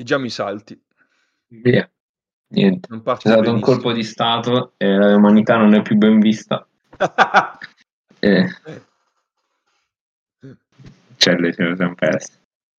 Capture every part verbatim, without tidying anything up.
già mi salti. Via. Niente. Non C'è parti stato un benissimo. colpo di stato e l'umanità non è più ben vista. E celle ce ne siamo perse.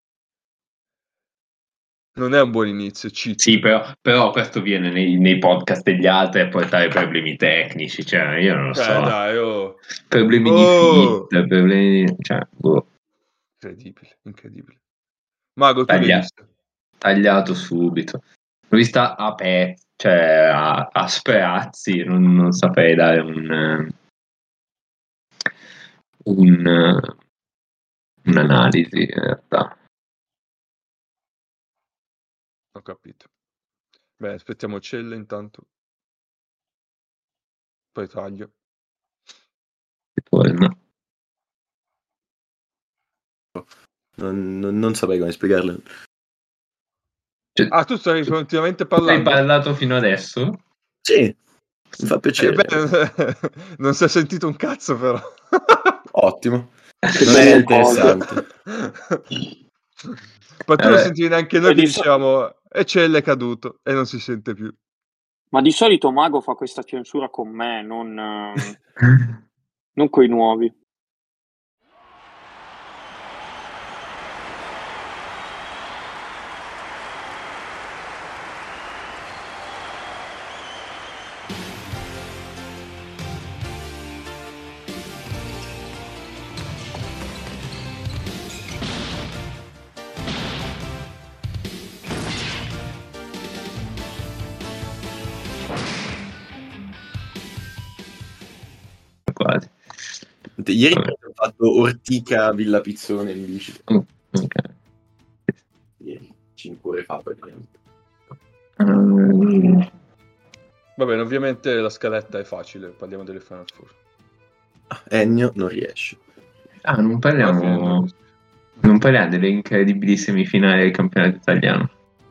Non è un buon inizio, cheat. Sì, però, però questo viene nei, nei podcast degli altri a portare problemi tecnici, cioè io non lo Cioè, so. dai, oh. Problemi Oh! di fit, problemi... cioè, boh. Incredibile, incredibile. Mago, tu l'hai Taglia- visto? tagliato subito. L'ho vista a pezzi, cioè a, a sprazzi, non, non saprei dare un... eh, un eh, un'analisi in realtà. Ho capito. Beh, aspettiamo Celle intanto. Poi taglio. Poi, no. Non, non, non saprei come spiegarlo. Cioè, Ah, tu stai continuamente tu hai parlando? parlato fino adesso? Sì, mi fa Eh, piacere. beh, non si è sentito un cazzo però. Ottimo. Non è interessante. Ma tu non Eh, sentivi neanche noi e che di so- dicevamo e Celle è caduto e non si sente più. Ma di solito Mago fa questa censura con me, non, eh, non coi nuovi. quasi. Ieri Vabbè. ho fatto Ortica Villa Pizzone in bici. Mm, ok. Ieri, cinque ore fa praticamente. Mm, Va bene, ovviamente la scaletta è facile, parliamo delle Final Four. Ah, Ennio non riesce. ah, non Alla fine parliamo non- non parliamo delle incredibili semifinali del campionato italiano.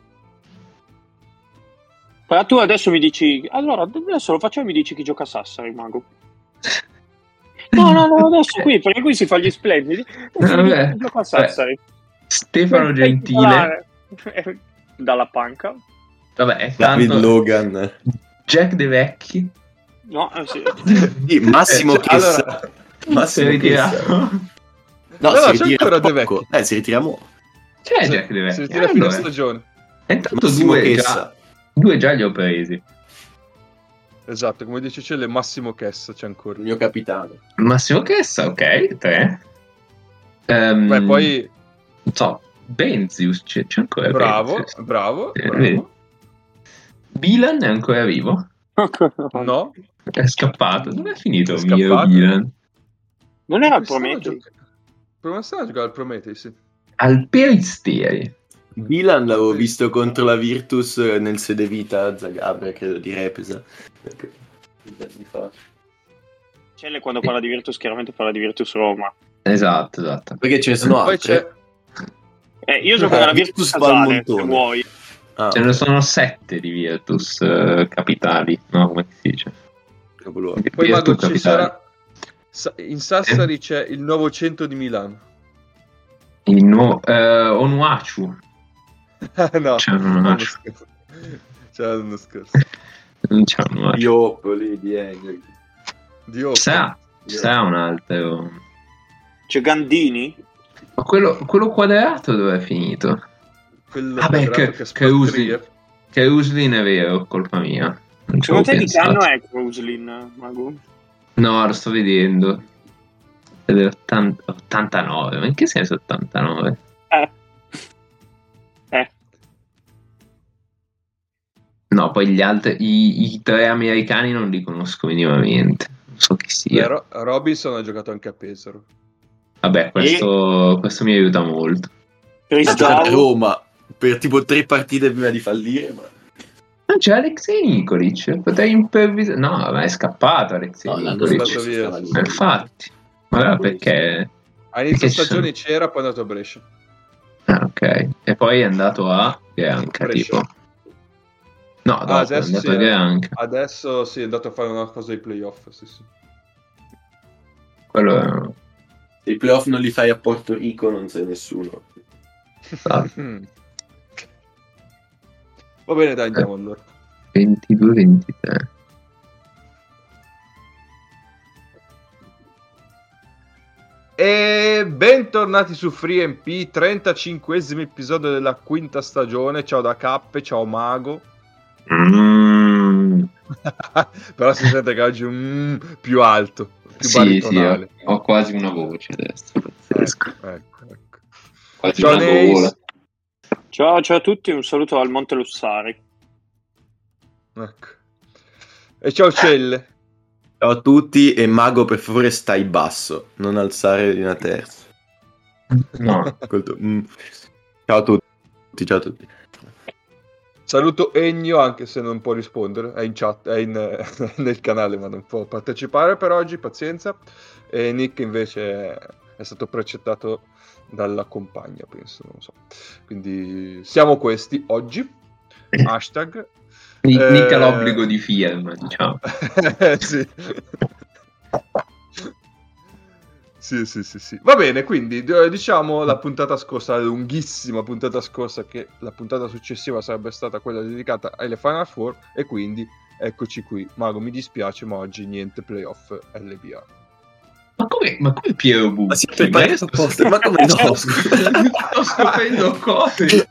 Ma tu adesso mi dici, allora adesso lo facciamo e mi dici chi gioca a Sassari, Mago. No, no, no, adesso qui, perché qui si fa gli splendidi. Adesso mi dici Vabbè, chi gioca a Sassari. Stefano Fai Gentile, titolare. Dalla panca. vabbè, David tanto Logan. Jack De Vecchi. No, eh, sì. Sì, Massimo Eh, cioè, Chessa. allora- Massimo Si ritira. Chessa. No, No, no, si c'è ritira ancora De poco. Vecchi. Eh, si ritira mo. C'è Si- Jack De si Vecchi. ritira a fine Allora, stagione. e intanto Massimo due Chessa. già, due già li ho presi. Esatto, come dice Celle, Massimo Chessa c'è ancora. Il mio capitano. Massimo Chessa, ok, tre. Ehm, Beh, poi non so, Benzius, c'è, c'è ancora bravo, Benzius. bravo, Eh, bravo. vedi? Bilan è ancora vivo? No, È scappato. Dove è finito È Miro scappato. Bilan? Non era il quest'anno Prometei? gioca- Quest'anno giocava al Prometei, sì. Al Peristeri. Bilan l'avevo Sì. visto contro la Virtus nel sedevita a Zagabria, credo, di Repesa. Anni fa. Celle quando parla di Virtus chiaramente parla di Virtus Roma. Esatto, esatto. Perché ce ne sono Poi altre. c'è Eh, io gioco nella Virtus Virtus Casale, se Valmontone. vuoi. Ah, Ce ne sono sette di Virtus eh, capitali, no? Come si dice? cavolo. Di Poi Virtus Mago ci capitali. sarà Sa- in Sassari c'è il nuovo centro di Milano. Il nuovo eh, Onuachu. no, C'è un l'anno Onuachu. scorso. C'è l'anno scorso. Non c'è un Onuachu. Iopoli di Engel. Di Oca. Ci sarà, ci sarà un altro. C'è Gandini? Ma quello, quello quadrato dove è finito? Quello Vabbè, quadrato che, che che Uslin, Spaltrier. che Uslin è vero, colpa mia. Non ci Secondo te avevo di che anno pensato. è Cruslin, Mago? No, lo sto vedendo. È dell'ottanta ottantanove, ma in che senso ottantanove? Eh. Eh. No, poi gli altri, i, i tre americani non li conosco minimamente. Non so chi sia. Beh, Ro- Robinson ha giocato anche a Pesaro. Vabbè, questo, questo mi aiuta molto. Chris Ha giocato a Dow? Roma per tipo tre partite prima di fallire, ma Non c'è Alexei Nikolic, potrei improvvisare. No, ma è scappato Alexei no, l'anno Nikolic. scorso via, stava sì. Ma lì. infatti, ma allora perché? A inizio Perché ci stagione c'era, poi è andato a Brescia. Ah, ok. E poi è andato a Granca, Brescia. tipo. No, dopo Ah, è adesso andato sì, a Granca. adesso sì, è andato a fare una cosa dei playoff. Sì, sì. Quello è... Se i playoff non li fai a Porto Rico non sei nessuno. Ah. Va bene, dai, andiamo allora. ventidue ventitré. E bentornati su FreeMP, trentacinquesimo episodio della quinta stagione. Ciao da Cappe, ciao Mago. Mm. Però si sente che oggi è un mm, più alto, più Sì, baritonale. sì, ho, ho quasi una voce adesso. Pazzesco. Ecco, ecco, ecco. Quasi Ciao una Neis. gola. Ciao, ciao a tutti, un saluto dal Monte Lussari. Ecco. E ciao Celle. Ciao a tutti e Mago, per favore stai basso, non alzare di una terza. No. Col tuo- mm. Ciao a tutti, ciao a tutti. Saluto Ennio, anche se non può rispondere, è in chat, è in, nel canale ma non può partecipare per oggi, pazienza. E Nick invece è stato precettato dalla compagna, penso, non so. Quindi siamo questi oggi. Hashtag. Nick Eh, ha l'obbligo di film, diciamo. sì. Sì, sì, sì, sì. Va bene, quindi d- diciamo la puntata scorsa, la lunghissima puntata scorsa, che la puntata successiva sarebbe stata quella dedicata alle Final Four, e quindi eccoci qui. Mago, mi dispiace, ma oggi niente playoff L B A. Ma come, ma come Piero Bucchi? Ma si è preparato apposta, ma come no? Sto scoprendo cose.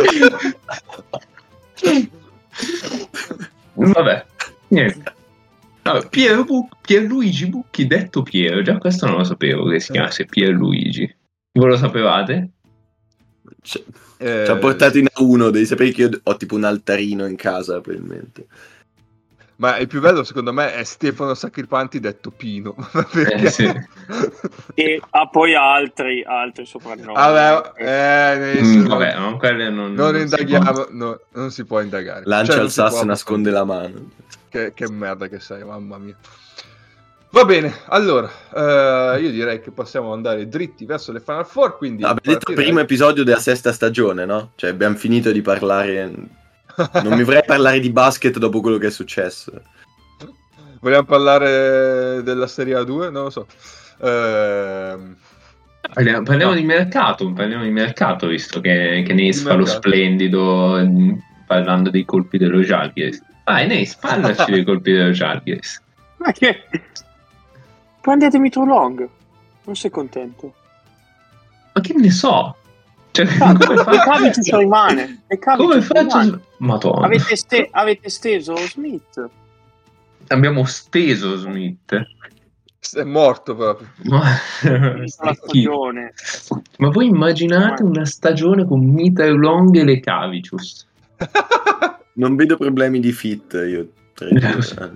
Vabbè, niente. Allora, Piero Bu- Pierluigi Bucchi, detto Piero, già questo non lo sapevo che si chiamasse Pierluigi. Voi lo sapevate? Ci Eh, ci ha portato in A uno, devi sapere che io ho tipo un altarino in casa, probabilmente. Ma il più bello secondo me è Stefano Sacripanti detto Pino. Perché? Eh, sì. E ha poi altri, altri soprannomi. Vabbè, eh, nel- Mm, non, vabbè, ma quelle non, non non si indaghiamo, no, non si può indagare. Lancia Cioè, non il si può sasso e nasconde approfondire. la mano. Che, che merda che sei, mamma mia. Va bene, allora, eh, io direi che possiamo andare dritti verso le Final Four, quindi Abbiamo detto il partirei- primo episodio della sesta stagione, no? Cioè abbiamo finito di parlare. Non mi vorrei parlare di basket dopo quello che è successo. Vogliamo parlare della Serie A due? Non lo so. Ehm, Parliamo, parliamo no. di mercato, parliamo di mercato, visto che, che Neis Di fa lo mercato. splendido mm, parlando dei colpi dello Žalgiris. Vai Neis, parlaci dei colpi dello Žalgiris. Ma che... Prendetemi too long. Non sei contento? Ma che ne so? Cioè, Ah, come e fa- Kavicic rimane. E Kavicic come faccio? rimane. Madonna. Avete, ste- avete steso Smith. Abbiamo steso Smith. È morto proprio. Ma, Finita la stagione. Ma voi immaginate una stagione con Mitar Long e le Cavicius? Non vedo problemi di fit io. tre, due,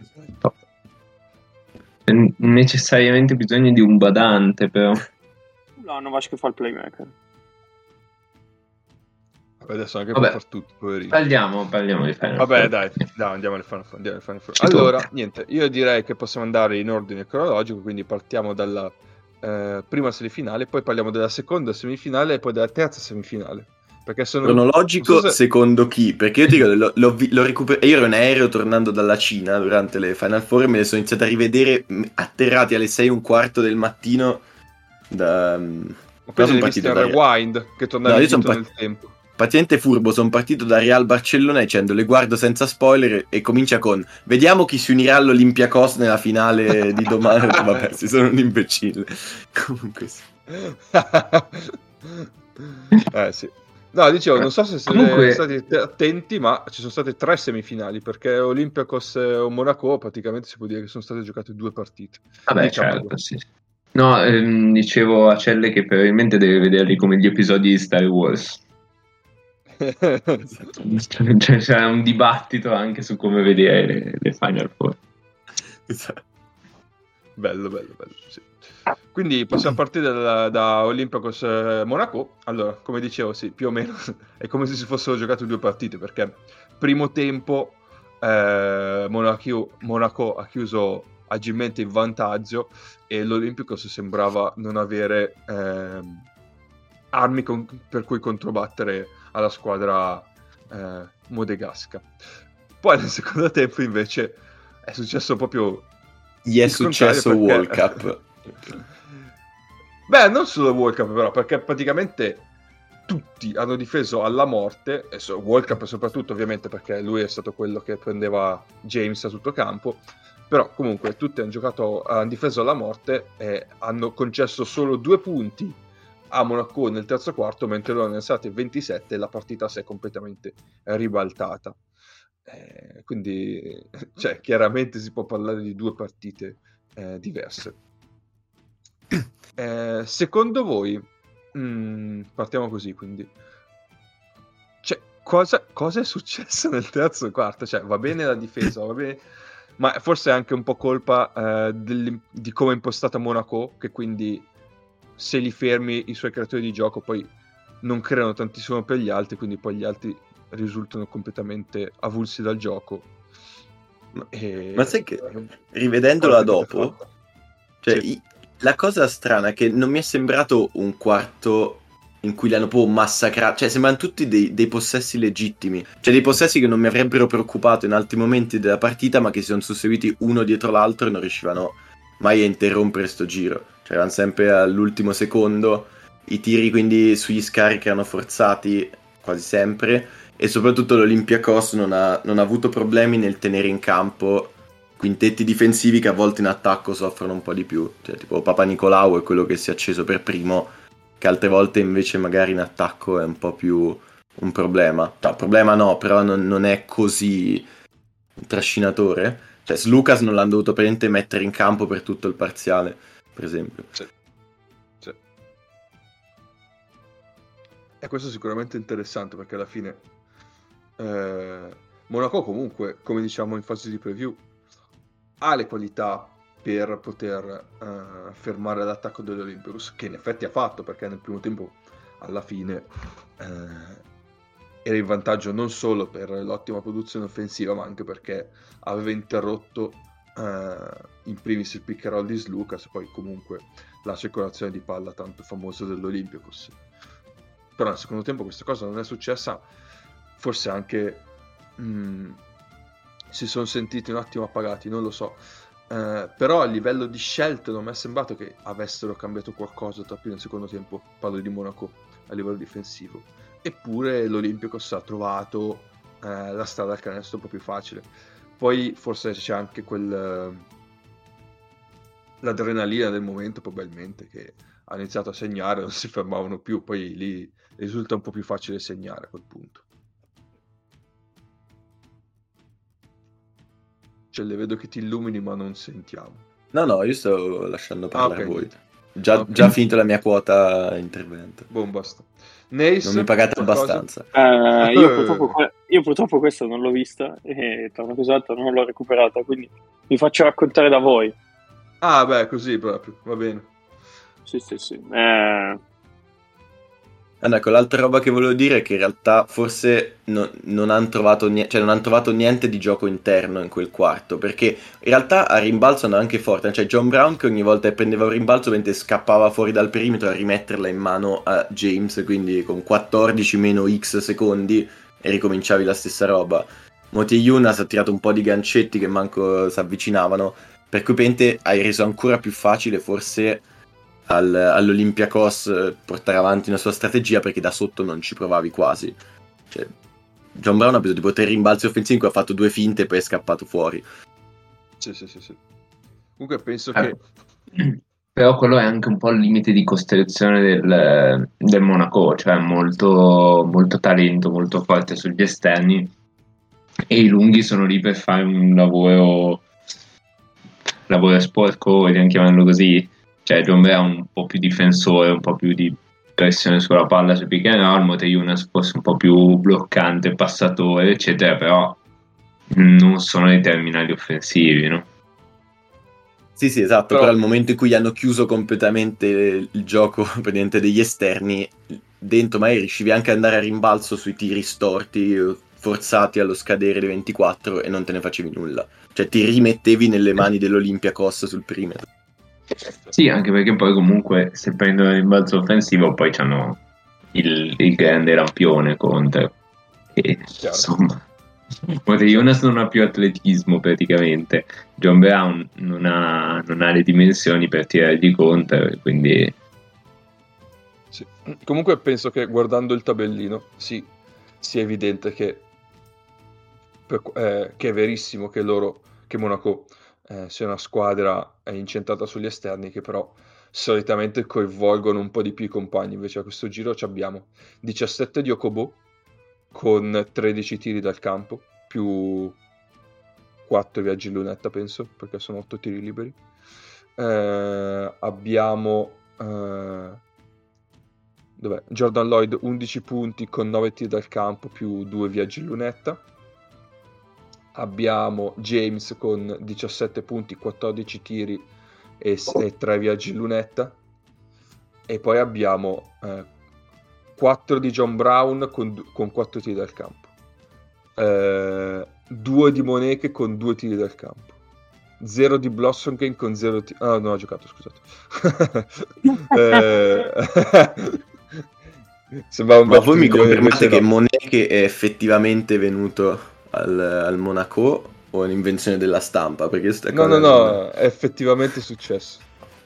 C'è necessariamente bisogno di un badante, però. No, non va che fa il playmaker. Adesso anche Vabbè. per far tutto, poverino. Parliamo, parliamo di Final Vabbè, Four. dai, dai, andiamo alle Final Four, andiamo alle Final Four. Ci Allora, tocca. niente, io direi che possiamo andare in ordine cronologico, quindi partiamo dalla eh, prima semifinale, poi parliamo della seconda semifinale e poi della terza semifinale. Perché sono Cronologico non so se- secondo chi? Perché io ti dico, l'ho, l'ho, vi- l'ho recuperato. Io ero in aereo tornando dalla Cina durante le Final Four e me le sono iniziate a rivedere mh, atterrati alle sei e un quarto del mattino. Da, mh, Ma però quindi sono hai visto partito il da, rewind che tornavi No, io indietro son nel tempo. praticamente furbo, sono partito da Real Barcellona dicendo le guardo senza spoiler e comincia con vediamo chi si unirà all'Olympiacos nella finale di domani. Ho detto, vabbè, si sono un imbecille. Comunque sì. eh sì. No, dicevo, non so se siete Comunque- stati t- attenti, ma ci sono state tre semifinali, perché Olympiacos e Monaco praticamente si può dire che sono state giocate due partite. Vabbè, Diciamo. certo, sì. No, ehm, dicevo a Celle che probabilmente deve vederli come gli episodi di Star Wars. Cioè, c'è un dibattito anche su come vedere le, le Final Four. Esatto. Bello, bello, bello, sì. Quindi possiamo partire da, da Olympiacos eh, Monaco. Allora, come dicevo, sì, più o meno è come se si fossero giocate due partite, perché primo tempo eh, Monaco, Monaco ha chiuso agilmente in vantaggio e l'Olympiacos sembrava non avere ehm, armi con- per cui controbattere alla squadra eh, monegasca. Poi nel secondo tempo invece è successo proprio Gli è il contrario, successo perché- World Cup. Beh, non solo World Cup però, perché praticamente tutti hanno difeso alla morte, e so, Walkup soprattutto ovviamente perché lui è stato quello che prendeva James a tutto campo, però comunque tutti hanno giocato, hanno difeso alla morte e hanno concesso solo due punti a Monaco nel terzo quarto, mentre loro ne sono stati ventisette e la partita si è completamente ribaltata. Eh, quindi cioè, chiaramente si può parlare di due partite eh, diverse. Eh, secondo voi, mh, partiamo così, quindi cioè, cosa, cosa è successo nel terzo quarto? Cioè, va bene la difesa, va bene, ma forse è anche un po' colpa eh, del, di come è impostata Monaco, che quindi se li fermi i suoi creatori di gioco poi non creano tantissimo per gli altri, quindi poi gli altri risultano completamente avulsi dal gioco. E, ma sai che rivedendola dopo, cioè, sì. i, la cosa strana è che non mi è sembrato un quarto in cui li hanno proprio massacrato, cioè sembrano tutti dei, dei possessi legittimi, cioè dei possessi che non mi avrebbero preoccupato in altri momenti della partita, ma che si sono susseguiti uno dietro l'altro e non riuscivano mai a interrompere sto giro, cioè erano sempre all'ultimo secondo, i tiri quindi sugli scarichi erano forzati quasi sempre, e soprattutto l'Olympiakos non ha, non ha avuto problemi nel tenere in campo quintetti difensivi che a volte in attacco soffrono un po' di più, cioè tipo Papanicolaou è quello che si è acceso per primo, che altre volte invece magari in attacco è un po' più un problema, no, problema no, però non, non è così trascinatore, cioè Lucas non l'hanno dovuto praticamente mettere in campo per tutto il parziale, per esempio. Sì. Sì. E questo è sicuramente interessante perché alla fine eh, Monaco comunque, come diciamo in fase di preview, ha le qualità per poter uh, fermare l'attacco dell'Olympiacos, che in effetti ha fatto, perché nel primo tempo alla fine uh, era in vantaggio non solo per l'ottima produzione offensiva, ma anche perché aveva interrotto uh, in primis il pick and roll di Lucas, poi comunque la circolazione di palla tanto famosa dell'Olympiacos. Però nel secondo tempo questa cosa non è successa, forse anche mh, si sono sentiti un attimo appagati, non lo so. Uh, però a livello di scelte non mi è sembrato che avessero cambiato qualcosa tra prima e secondo tempo, parlo di Monaco a livello difensivo, eppure l'Olympiacos ha trovato uh, la strada al canestro un po' più facile. Poi forse c'è anche quel uh, l'adrenalina del momento, probabilmente, che hanno iniziato a segnare, non si fermavano più, poi lì risulta un po' più facile segnare a quel punto. Cioè, le vedo che ti illumini, ma non sentiamo. No, no, io sto lasciando parlare ah, okay. voi. Già, okay. già finito la mia quota intervento. Buon basta. Nace, non mi pagate qualcosa? abbastanza. Uh, io, purtroppo, io purtroppo questa non l'ho vista e torno esatto, non l'ho recuperata, quindi mi faccio raccontare da voi. Ah, beh, così proprio, va bene. Sì, sì, sì. Eh... Ah, ecco, l'altra roba che volevo dire è che in realtà forse no, non hanno trovato niente, cioè non hanno trovato niente di gioco interno in quel quarto, perché in realtà a rimbalzo andava anche forte, cioè John Brown che ogni volta che prendeva un rimbalzo mentre scappava fuori dal perimetro a rimetterla in mano a James, quindi con quattordici meno X secondi e ricominciavi la stessa roba. Moti Younas ha tirato un po' di gancetti che manco si avvicinavano, per cui Pente hai reso ancora più facile forse Al, all'Olympiakos portare avanti una sua strategia, perché da sotto non ci provavi quasi, cioè, John Brown ha preso tipo tre rimbalzi offensivi in cui ha fatto due finte e poi è scappato fuori. Sì, sì, sì, sì. Comunque penso eh, che però quello è anche un po' il limite di costruzione del, del Monaco, cioè molto, molto talento, molto forte sugli esterni, e i lunghi sono lì per fare un lavoro lavoro sporco, vogliamo chiamarlo così. Cioè John Brown un po' più difensore, un po' più di pressione sulla palla su pick and roll, Moti Younas forse un po' più bloccante, passatore, eccetera, però non sono dei terminali offensivi, no? Sì, sì, esatto, però, però al momento in cui hanno chiuso completamente il gioco praticamente degli esterni, dentro magari riuscivi anche ad andare a rimbalzo sui tiri storti, forzati allo scadere dei ventiquattro, e non te ne facevi nulla. Cioè ti rimettevi nelle mani dell'Olympiakos sul perimetro. Sì, anche perché poi comunque se prendono il rimbalzo offensivo poi c'hanno il, il grande rampione contro, e insomma Moti Younas non ha più atletismo praticamente, John Brown non ha, non ha le dimensioni per tirargli contro, quindi Sì. Comunque penso che guardando il tabellino sì, sia evidente che, per, eh, che è verissimo che loro, che Monaco eh, sia una squadra eh, incentrata sugli esterni, che però solitamente coinvolgono un po' di più i compagni. Invece a questo giro ci abbiamo diciassette di Okobo con tredici tiri dal campo, più quattro viaggi in lunetta, penso, perché sono otto tiri liberi. Eh, abbiamo eh, dov'è? Jordan Lloyd undici punti con nove tiri dal campo più due viaggi in lunetta. Abbiamo James con diciassette punti, quattordici tiri e, e tre viaggi in lunetta. E poi abbiamo eh, quattro di John Brown con, con quattro tiri dal campo, eh, due di Moneke con due tiri dal campo, zero di Blossomgame con zero tiri. Ah, no, ho giocato, scusate. eh... Sembrava un Ma voi mi confermate che no. Moneke è effettivamente venuto al, al Monaco o è un'invenzione della stampa? Perché sta no, cosa no, no, non... è effettivamente successo.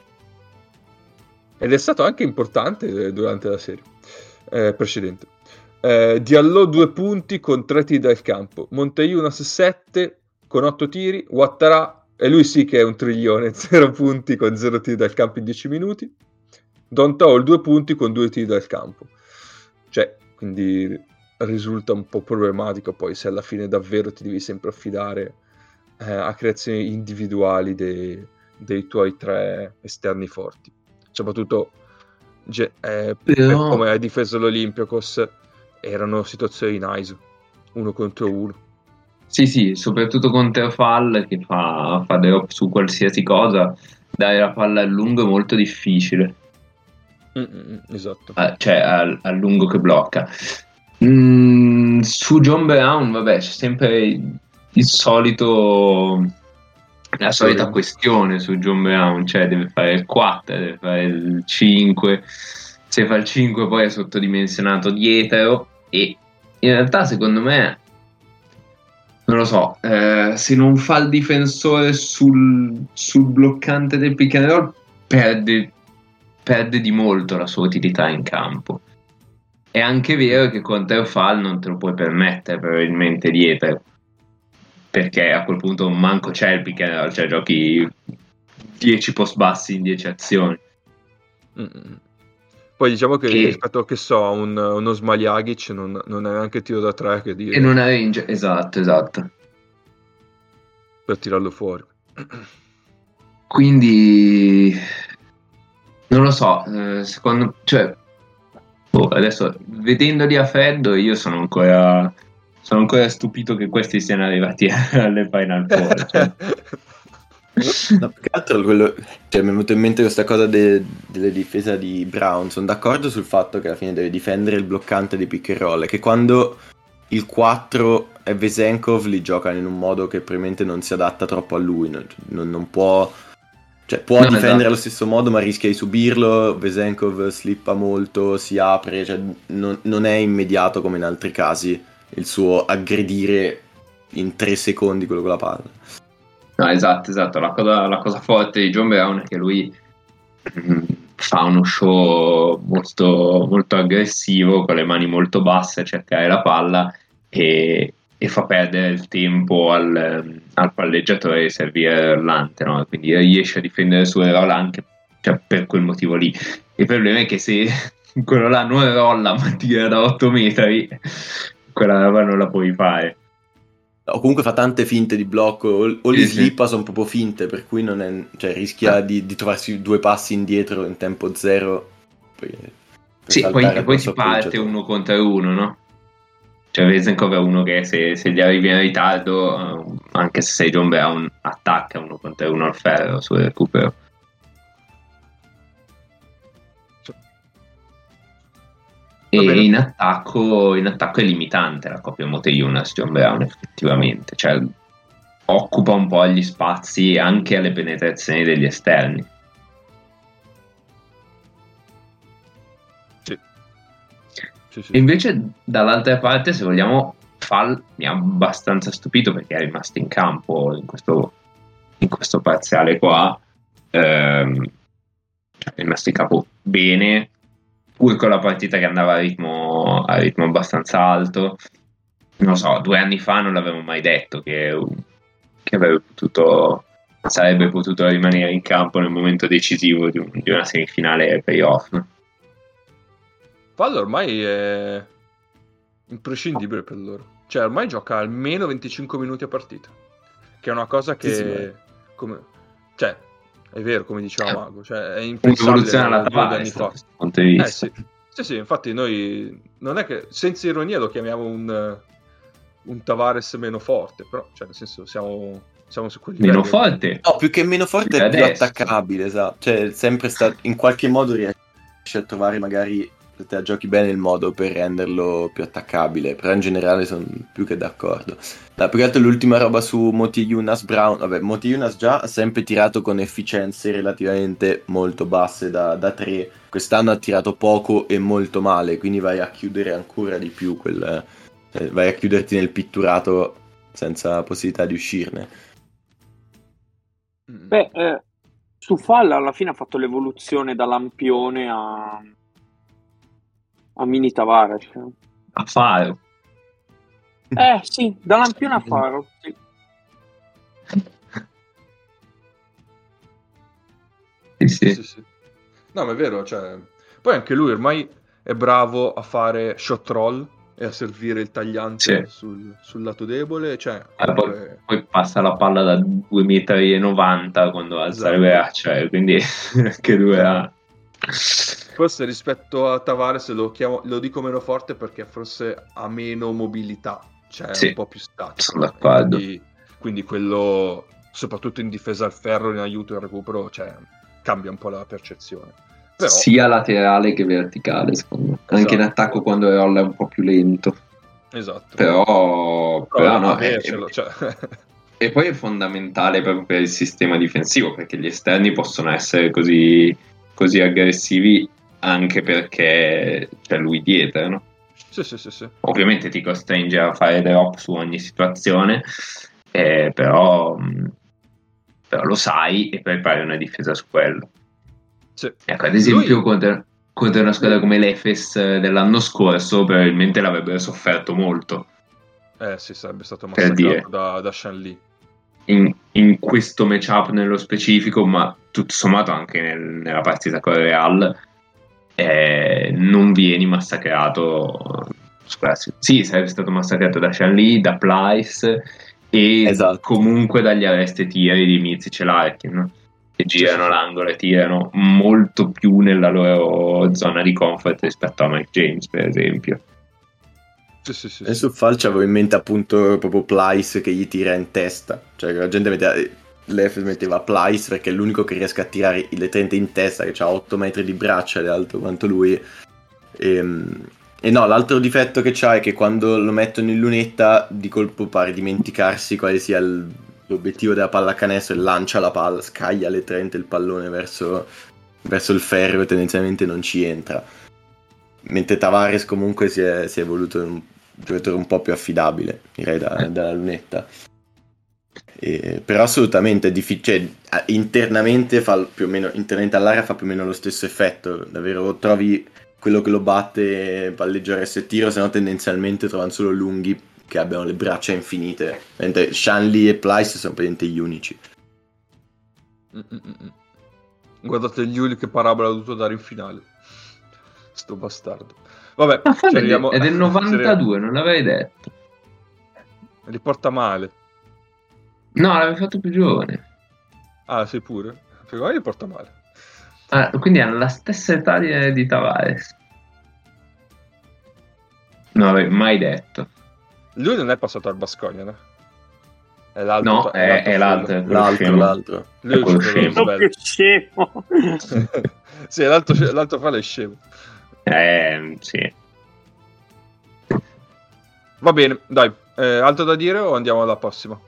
Ed è stato anche importante durante la serie eh, precedente. Eh, Diallo due punti con tre tiri dal campo, Monteiunas sette con otto tiri, Ouattara, e lui sì che è un triglione, zero punti con zero tiri dal campo in dieci minuti, Donta due punti con due tiri dal campo. Cioè, quindi risulta un po' problematico poi se alla fine davvero ti devi sempre affidare eh, a creazioni individuali dei, dei tuoi tre esterni forti. Soprattutto ge- eh, per No. come hai difeso l'Olympiakos, erano situazioni in I S O, uno contro uno. Sì, sì, soprattutto con Teofal che fa, fa drop su qualsiasi cosa, dare la palla a lungo è molto difficile. Mm-mm, esatto. Eh, cioè a, a lungo che blocca. Mm, su John Brown, vabbè, c'è sempre il solito, la solita Teorema. questione su John Brown, cioè deve fare il quattro, deve fare il cinque, se fa il cinque poi è sottodimensionato dietro, e in realtà secondo me, non lo so, eh, se non fa il difensore sul, sul bloccante del pick and roll perde, perde di molto la sua utilità in campo. È anche vero che con Teofal non te lo puoi permettere probabilmente dietro, perché a quel punto manco c'è il pick and roll, cioè giochi dieci post bassi in dieci azioni. Mm-mm. Poi diciamo che E- rispetto che so a un, uno Smaljagic non, non è neanche tiro da tre che dire E non ha range, esatto, esatto. per tirarlo fuori. Quindi non lo so, eh, secondo, cioè, boh, adesso vedendoli a freddo io sono ancora sono ancora stupito che questi siano arrivati alle Final Four, cioè. No, più che altro quello, cioè, mi è venuto in mente questa cosa de- delle difese di Brown. Sono d'accordo sul fatto che alla fine deve difendere il bloccante dei pick and roll, e che quando il quattro e Vesenkov li giocano in un modo che probabilmente non si adatta troppo a lui, non, non- non può, cioè può No, difendere esatto. allo stesso modo ma rischia di subirlo. Vesenkov slippa molto, si apre, cioè non, non è immediato come in altri casi il suo aggredire in tre secondi quello con la palla. No, esatto, esatto. La cosa, la cosa forte di John Brown è che lui mm, fa uno show molto, molto aggressivo, con le mani molto basse a cercare la palla, e, e fa perdere il tempo al, al palleggiatore di servire Rollante, no? Quindi riesce a difendere su roll anche, cioè, per quel motivo lì. Il problema è che se quello là non rolla ma tira da otto metri, quella roba non la puoi fare. O comunque fa tante finte di blocco, o, o li Sì, sì. slippa, sono proprio finte, per cui non è, cioè, rischia Ah. di, di trovarsi due passi indietro in tempo zero. Per, per Sì, poi, saltare e poi addosso ti al parte palleggiatore. uno contro uno, no? Cioè Vesenkov è uno che se, se gli arrivi in ritardo, eh, anche se sei John Brown, attacca uno contro uno al ferro sul recupero. Va E bene. in attacco, in attacco è limitante la coppia Monteiunas-John Brown, effettivamente. Cioè occupa un po' gli spazi anche alle penetrazioni degli esterni. Sì. Sì, sì. E invece dall'altra parte, se vogliamo, Fall mi ha abbastanza stupito perché è rimasto in campo in questo, in questo parziale qua, ehm, cioè, è rimasto in campo bene, pur con la partita che andava a ritmo, a ritmo abbastanza alto. Non so, due anni fa non l'avevo mai detto che, che avrebbe potuto, sarebbe potuto rimanere in campo nel momento decisivo di, un, di una semifinale playoff. Fallo ormai è imprescindibile per loro. Cioè, ormai gioca almeno venticinque minuti a partita. Che è una cosa che... Sì, sì, come, cioè, è vero, come diceva Mago. Cioè, è Un'evoluzione alla impensabile due anni Tavares, fa. da questo punto di Eh vista. sì. Sì, sì, infatti noi... Non è che... Senza ironia lo chiamiamo un... un Tavares meno forte. Però, cioè, nel senso, siamo... Siamo su quel Meno livello. forte? No, più che meno forte è più Adesso. attaccabile, esatto. Cioè, sempre sta... in qualche modo riesce a trovare magari, se te la giochi bene, il modo per renderlo più attaccabile. Però in generale sono più che d'accordo. No, più che altro l'ultima roba su Moti Younas Brown. Vabbè, Moti Younas già ha sempre tirato con efficienze relativamente molto basse da, da tre. Quest'anno ha tirato poco e molto male, quindi vai a chiudere ancora di più quel... eh, vai a chiuderti nel pitturato senza possibilità di uscirne. Beh, eh, su Fall alla fine ha fatto l'evoluzione da lampione a, a mini Tavares. A fare. Eh sì, da lampione a faro. Sì. Sì, Sì, sì. sì, sì. No, ma è vero, cioè... Poi anche lui ormai è bravo a fare shot roll e a servire il tagliante Sì. sul, sul lato debole, cioè... Eh, poi, comunque... poi passa la palla da due metri e novanta quando alza Esatto. le braccia, eh, quindi che lui ha... Forse rispetto a Tavares lo, chiamo, lo dico meno forte perché forse ha meno mobilità, cioè è Sì, un po' più statico. sono d'accordo. Quindi, quindi quello, soprattutto in difesa al ferro, in aiuto al recupero, cioè, cambia un po' la percezione. Però, Sia laterale che verticale, secondo me. Anche in Esatto. attacco quando rolla è un po' più lento. esatto. Però, però no, è, avercelo, cioè. e poi è fondamentale proprio per il sistema difensivo, perché gli esterni possono essere così, così aggressivi anche perché c'è lui dietro, no? Sì, sì, sì, sì. Ovviamente ti costringe a fare drop su ogni situazione, eh, però, però lo sai e poi fai una difesa su quello. Sì. Ecco, ad esempio Lui... contro, contro una squadra come l'Efes dell'anno scorso probabilmente l'avrebbero sofferto molto. Eh sì, sarebbe stato Per dire. massacrato da, da Shan Lee. In, in questo matchup nello specifico, ma tutto sommato anche nel, nella partita con il Real, eh, non vieni massacrato. Scusate, sì, sarebbe stato massacrato da Shan Lee, da Plyce e Esatto. comunque dagli arresti e tiri di Mizic e Larkin, no? Che girano sì, sì. l'angolo e tirano molto più nella loro zona di comfort rispetto a Mike James, per esempio. Sì, sì, sì, E sì. su Falci avevo in mente appunto proprio Plyce che gli tira in testa, cioè la gente metteva, l'Ef metteva Plyce perché è l'unico che riesce a tirare le trenta in testa, che ha otto metri di braccia ed è alto quanto lui. E, e no, l'altro difetto che c'ha è che quando lo mettono in lunetta di colpo pare dimenticarsi quale sia il, l'obiettivo della pallacanestro e lancia la palla, scaglia le trenta il pallone verso, verso il ferro e tendenzialmente non ci entra. Mentre Tavares comunque si è, si è voluto un giocatore un po' più affidabile, direi, da, dalla lunetta. E, però assolutamente è difficile, cioè, internamente fa più o meno, internamente all'area fa più o meno lo stesso effetto, davvero trovi quello che lo batte palleggiare e tiro, se no tendenzialmente trovano solo lunghi che abbiano le braccia infinite, mentre Shan Lee e Plyce sono praticamente gli unici. Mm-mm-mm. Guardate gli Uli che parabola ha dovuto dare in finale. Sto bastardo. Vabbè, Ma ci arriviamo... è del novantadue, non l'avevi detto. Li porta male. No, l'avevi fatto più giovane. Ah, sei pure? Perché magari li porta male. Ah, quindi hanno la stessa età di, di Tavares. Non l'avevi mai detto. Lui non è passato al Baskonia, no? È l'altro. No, è, è l'altro. quello. È quello L'altro, scemo. l'altro. Lui è quello uscito dallo scemo. sbello. Che scemo. Sì, l'altro, l'altro fa è scemo. Eh, sì. Va bene, dai. Eh, altro da dire o andiamo alla prossima?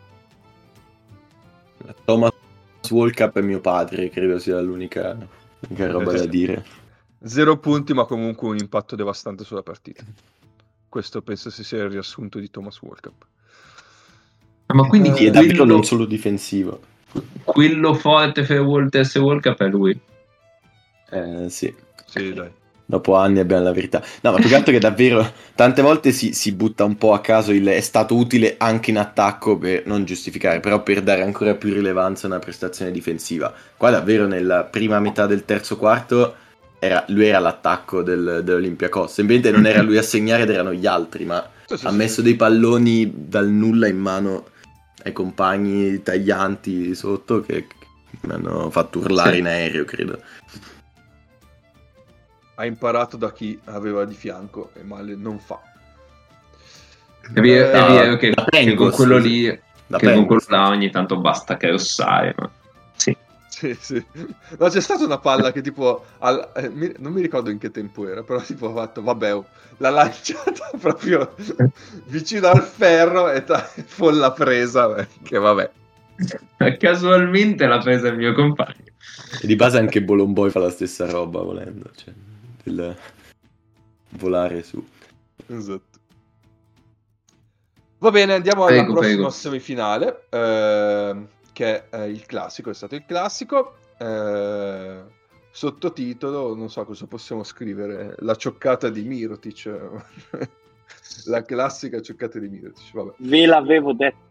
Thomas Walkup è mio padre, credo sia l'unica, l'unica roba da dire. Zero punti, ma comunque un impatto devastante sulla partita. Questo penso si sia il riassunto di Thomas Walkup. Ma quindi Sì, è quello, davvero non solo difensivo. quello forte per Walters e Walkup è lui. Eh, sì. Sì, dai. Dopo anni abbiamo la verità. No, ma più che altro che davvero tante volte si, si butta un po' a caso il è stato utile anche in attacco per non giustificare, però per dare ancora più rilevanza a una prestazione difensiva. Qua davvero nella prima metà del terzo quarto era, lui era l'attacco del, dell'Olympiacos. Semplicemente non era lui a segnare ed erano gli altri, ma Sì, sì, ha sì. messo dei palloni dal nulla in mano ai compagni taglianti sotto che mi hanno fatto urlare Sì. in aereo, credo. Ha imparato da chi aveva di fianco e male non fa. È vero, Eh, è vero che, da che Pengos, con quello sì. lì, Da che con Pengos. quello là ogni tanto basta carossare, ma sì. Sì, sì. No, c'è stata una palla che tipo al- eh, mi- non mi ricordo in che tempo era, però tipo ha fatto vabbè, oh, l'ha lanciata proprio vicino al ferro e ta- folla presa, eh, che vabbè. Casualmente l'ha presa il mio compagno. E di base anche Bolomboy fa la stessa roba volendo, cioè del volare su. Esatto. Va bene, andiamo alla Prego, prossima prego. semifinale, ehm, che è il classico, è stato il classico. eh, sottotitolo, non so cosa possiamo scrivere, la cioccata di Mirotic. La classica cioccata di Mirotic, vabbè. Ve l'avevo detto.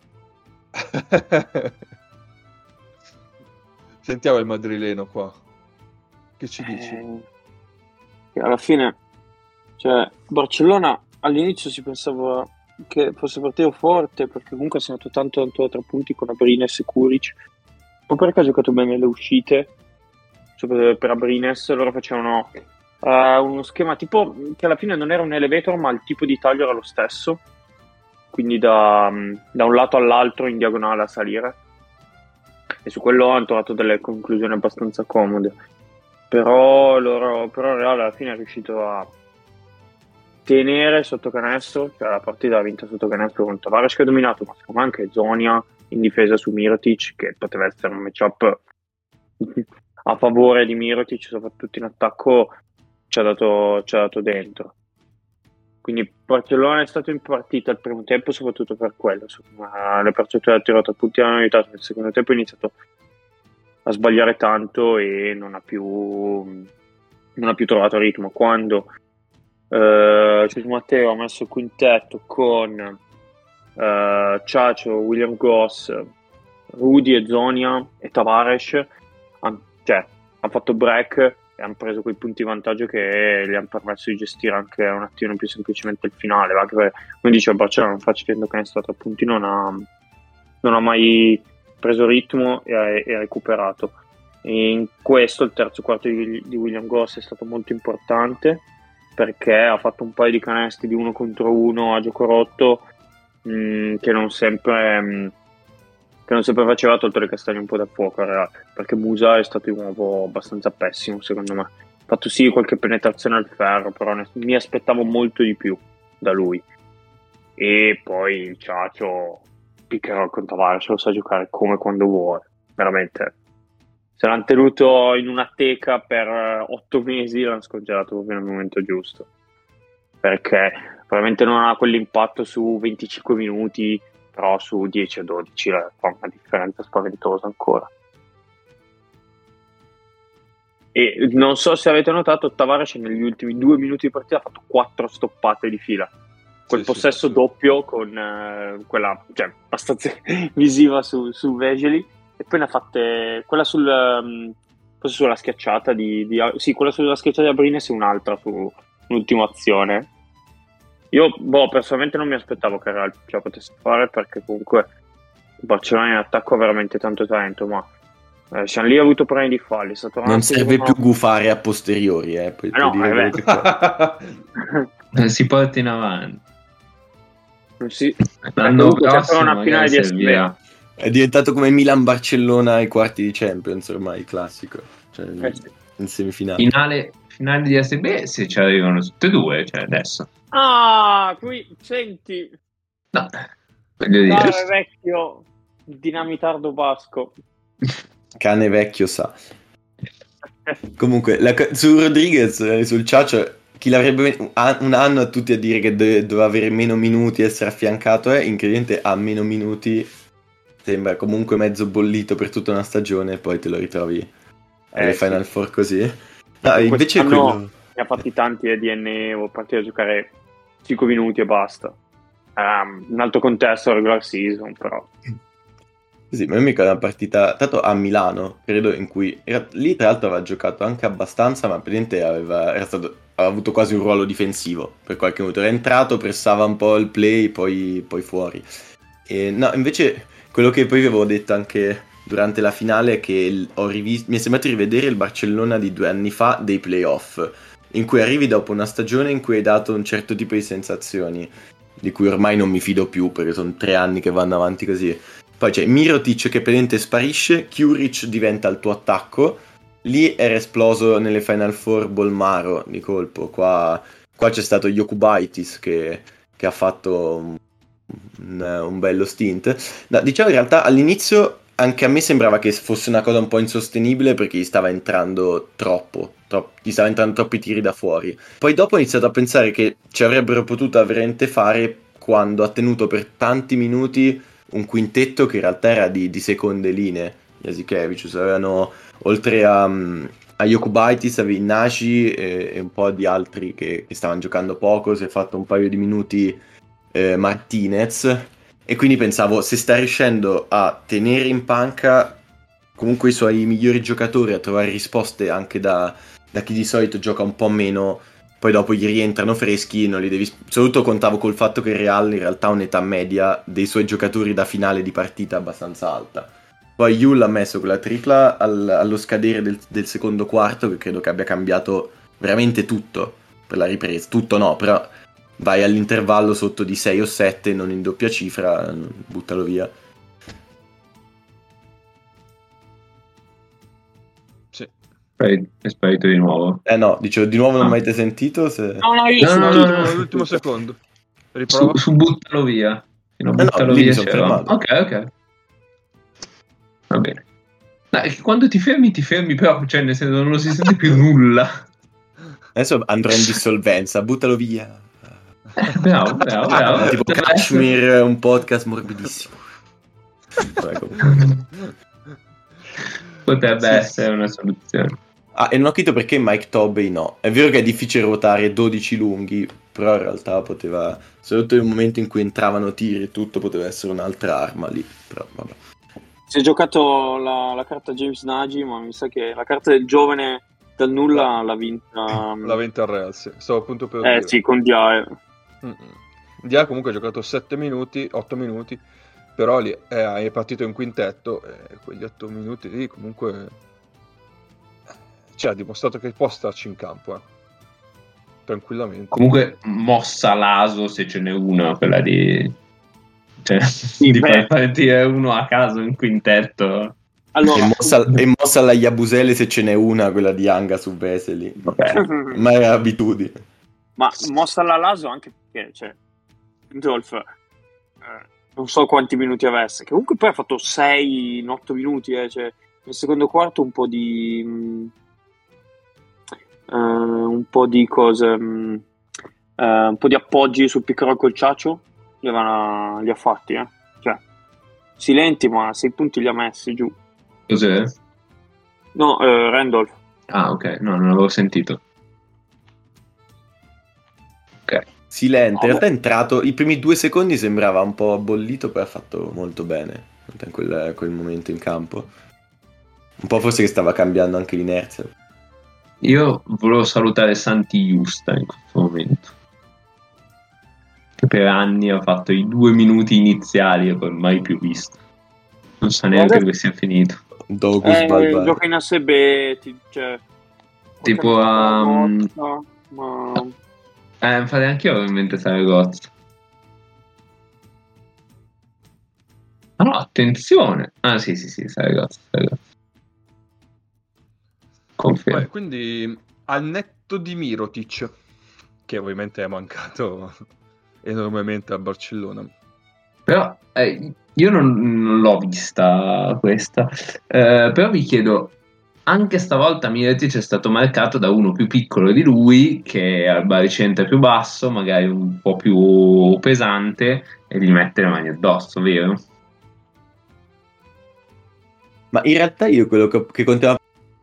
Sentiamo il madrileno qua. Che ci dici? Eh, che alla fine, cioè, Barcellona all'inizio si pensava che fosse partito forte perché comunque ha segnato tanto tanto da tre punti con Abrines e Kuric, poi perché ha giocato bene le uscite, cioè per, per Abrines loro facevano eh, uno schema tipo che alla fine non era un elevator ma il tipo di taglio era lo stesso, quindi da, da un lato all'altro in diagonale a salire, e su quello hanno trovato delle conclusioni abbastanza comode. Però loro, però il Real alla fine è riuscito a tenere sotto canestro, cioè la partita ha vinta sotto canestro con Tavares che ha dominato, ma secondo me anche Zonia in difesa su Mirotic, che poteva essere un matchup a favore di Mirotic, soprattutto in attacco ci ha dato, ci ha dato dentro. Quindi Barcellona è stato in partita il primo tempo soprattutto per quello, insomma, le percentuali da tiro tra punti hanno aiutato, nel secondo tempo è iniziato a sbagliare tanto e non ha più non ha più trovato ritmo. Quando eh, Gesù Matteo ha messo il quintetto con eh, Ciacio, William Goss, Rudy e Zonia e Tavares, han, cioè, hanno fatto break e hanno preso quei punti di vantaggio che gli hanno permesso di gestire anche un attimo più semplicemente il finale, anche perché, come dice Barcellona, non facendo canestro a tre punti non ha, non ha mai preso ritmo e ha, e ha recuperato. E in questo il terzo quarto di, di William Goss è stato molto importante perché ha fatto un paio di canestri di uno contro uno a gioco rotto mh, che non sempre mh, che non sempre faceva, tolto le castagne un po' da fuoco, perché Musa è stato di nuovo abbastanza pessimo secondo me. Ha fatto sì qualche penetrazione al ferro, però ne, mi aspettavo molto di più da lui. E poi il Ciacio piccherò con Tavares, lo sa giocare come quando vuole, veramente. Se l'hanno tenuto in una teca per otto mesi, l'hanno scongelato proprio nel momento giusto, perché probabilmente non ha quell'impatto su venticinque minuti, però su dieci a dodici fa una differenza spaventosa ancora. E non so se avete notato, Tavares negli ultimi due minuti di partita ha fatto quattro stoppate di fila, quel Sì, possesso sì, sì. doppio con eh, quella, cioè, abbastanza visiva su, su Vegeli, e poi ne ha fatte quella sul um, forse sulla schiacciata di, di sì, quella sulla schiacciata di Abrines e un'altra su un'ultima azione. Io boh, personalmente non mi aspettavo che Real ce la potesse fare, perché comunque il Barcellona in attacco ha veramente tanto talento, ma eh, Shanley ha avuto problemi di falli, è stato Non serve uno... più gufare a posteriori, eh, puoi, Ah, no, puoi dire eh, quello che vuoi. Non si porta in avanti. non si... L'anno comunque c'è prossimo però una finale magari di servirà. S B. È diventato come Milan-Barcellona ai quarti di Champions ormai, classico. Cioè, Eh sì. in semifinale. Finale, finale di S B se ci arrivano tutte e due, cioè adesso. Ah, qui senti, No, voglio dire. caro vecchio dinamitardo basco. Cane vecchio sa. Comunque, la, su Rodriguez, eh, sul Ciacio, chi l'avrebbe un anno a tutti a dire che deve, doveva avere meno minuti, essere affiancato, è incredibile, ha meno minuti, sembra comunque mezzo bollito per tutta una stagione e poi te lo ritrovi alle Eh, Final sì. Four così. No, invece Quest'anno quello... ne ha fatti tanti eh, D N E o partire a giocare cinque minuti e basta. Um, un altro contesto regular season, però Sì, ma io mi ricordo una partita, tanto a Milano, credo, in cui era, lì tra l'altro aveva giocato anche abbastanza, ma praticamente aveva, era stato, aveva avuto quasi un ruolo difensivo per qualche minuto. Era entrato, pressava un po' il play, poi, poi fuori. E, no, invece quello che poi vi avevo detto anche durante la finale è che il- ho rivisto, mi è sembrato di rivedere il Barcellona di due anni fa dei playoff, in cui arrivi dopo una stagione in cui hai dato un certo tipo di sensazioni, di cui ormai non mi fido più perché sono tre anni che vanno avanti così. Poi c'è Mirotic che praticamente sparisce, Kuric diventa il tuo attacco, lì era esploso nelle Final Four Bolmaro di colpo, qua, qua c'è stato Jokubaitis che, che ha fatto un, un, un bello stint. No, diciamo in realtà all'inizio anche a me sembrava che fosse una cosa un po' insostenibile perché gli stava entrando troppo, troppo gli stava entrando troppi tiri da fuori. Poi dopo ho iniziato a pensare che ci avrebbero potuto veramente fare quando ha tenuto per tanti minuti un quintetto che in realtà era di, di seconde linee. Jasikevičius avevano, oltre a, a Jokubaitis, avevi Naci e, e un po' di altri che, che stavano giocando poco. Si è fatto un paio di minuti eh, Martinez, e quindi pensavo, se sta riuscendo a tenere in panca comunque i suoi migliori giocatori, a trovare risposte anche da, da chi di solito gioca un po' meno, poi dopo gli rientrano freschi, non li devi... Soprattutto contavo col fatto che il Real in realtà ha un'età media dei suoi giocatori da finale di partita abbastanza alta. Poi Yul ha messo quella tripla al- allo scadere del, del secondo quarto, che credo che abbia cambiato veramente tutto per la ripresa. Tutto no, però vai all'intervallo sotto di sei o sette, non in doppia cifra, buttalo via. Sì. È sparito di nuovo. Eh no, dicevo, di nuovo non Ah. mi avete sentito? Se... no, no, io No, sono no, L'ultimo, no, no. l'ultimo secondo. Su, Riprova. su buttalo via. Fino a Eh no, buttalo lì mi via son c'era. fermato. Ok, ok. Va bene. No, è che quando ti fermi, ti fermi, però, cioè, nel senso, non si sente più nulla. Adesso andrò in dissolvenza, buttalo via. Eh, bravo, bravo, bravo. Ah, tipo Deve Kashmir, un podcast morbidissimo. Vabbè, comunque. Potrebbe Sì, essere sì. una soluzione. Ah, e non ho capito perché Mike Tobey no. È vero che è difficile ruotare dodici lunghi, però in realtà poteva, soprattutto nel momento in cui entravano tiri e tutto, poteva essere un'altra arma lì. Però vabbè. si è giocato la, la carta James Nagy, ma mi sa che la carta del giovane dal nulla l'ha vinta. L'ha vinta il Real, sì. Stavo appunto per Eh dire. sì, con Dia. Mm-mm. Dia comunque ha giocato sette minuti, otto minuti, però lì è, è partito in quintetto e quegli otto minuti lì comunque cioè, ha dimostrato che può starci in campo, eh. Tranquillamente. Comunque, mossa l'Aso se ce n'è una, quella di... Cioè, Sì, di beh. far partire uno a caso in quintetto. Allora, E mossa, e mossa alla Yabusele se ce n'è una, quella di Anga su Vesely. Vabbè. Ma è abitudine. ma mossa alla Laso anche perché, cioè, Dolph, eh, non so quanti minuti avesse, che comunque poi ha fatto sei in otto minuti, eh, cioè, nel secondo quarto un po' di mh, eh, un po' di cose, mh, eh, un po' di appoggi sul pick and roll col Ciaccio li, avevano- li ha fatti, eh. Cioè, silenti, ma sei punti li ha messi giù. Cos'è? No, eh, Randolph. Ah, ok, no, non l'avevo sentito. Ok. Silente, in Oh, realtà è entrato, i primi due secondi sembrava un po' bollito, poi ha fatto molto bene in quel, quel momento in campo. Un po' forse che stava cambiando anche l'inerzia. Io volevo salutare Santi Justa in questo momento, che per anni ha fatto i due minuti iniziali e poi mai più visto. Non so neanche Guarda- dove sia finito. Dogus Eh, Balbari. gioca in A S B, ti- cioè, Tipo qualche a... volta, ma Eh, infatti anch'io avevo in mente Saragozza. Ah no, attenzione! Ah sì, sì, sì, Saragozza, Saragozza. Confermo. Vabbè, quindi al netto di Mirotic, che ovviamente è mancato enormemente a Barcellona. Però eh, io non, non l'ho vista questa, eh, però mi chiedo, anche stavolta Mirotic è stato marcato da uno più piccolo di lui, che ha il baricentro più basso, magari un po' più pesante, e gli mette le mani addosso, vero? Ma in realtà io quello che, che continuavo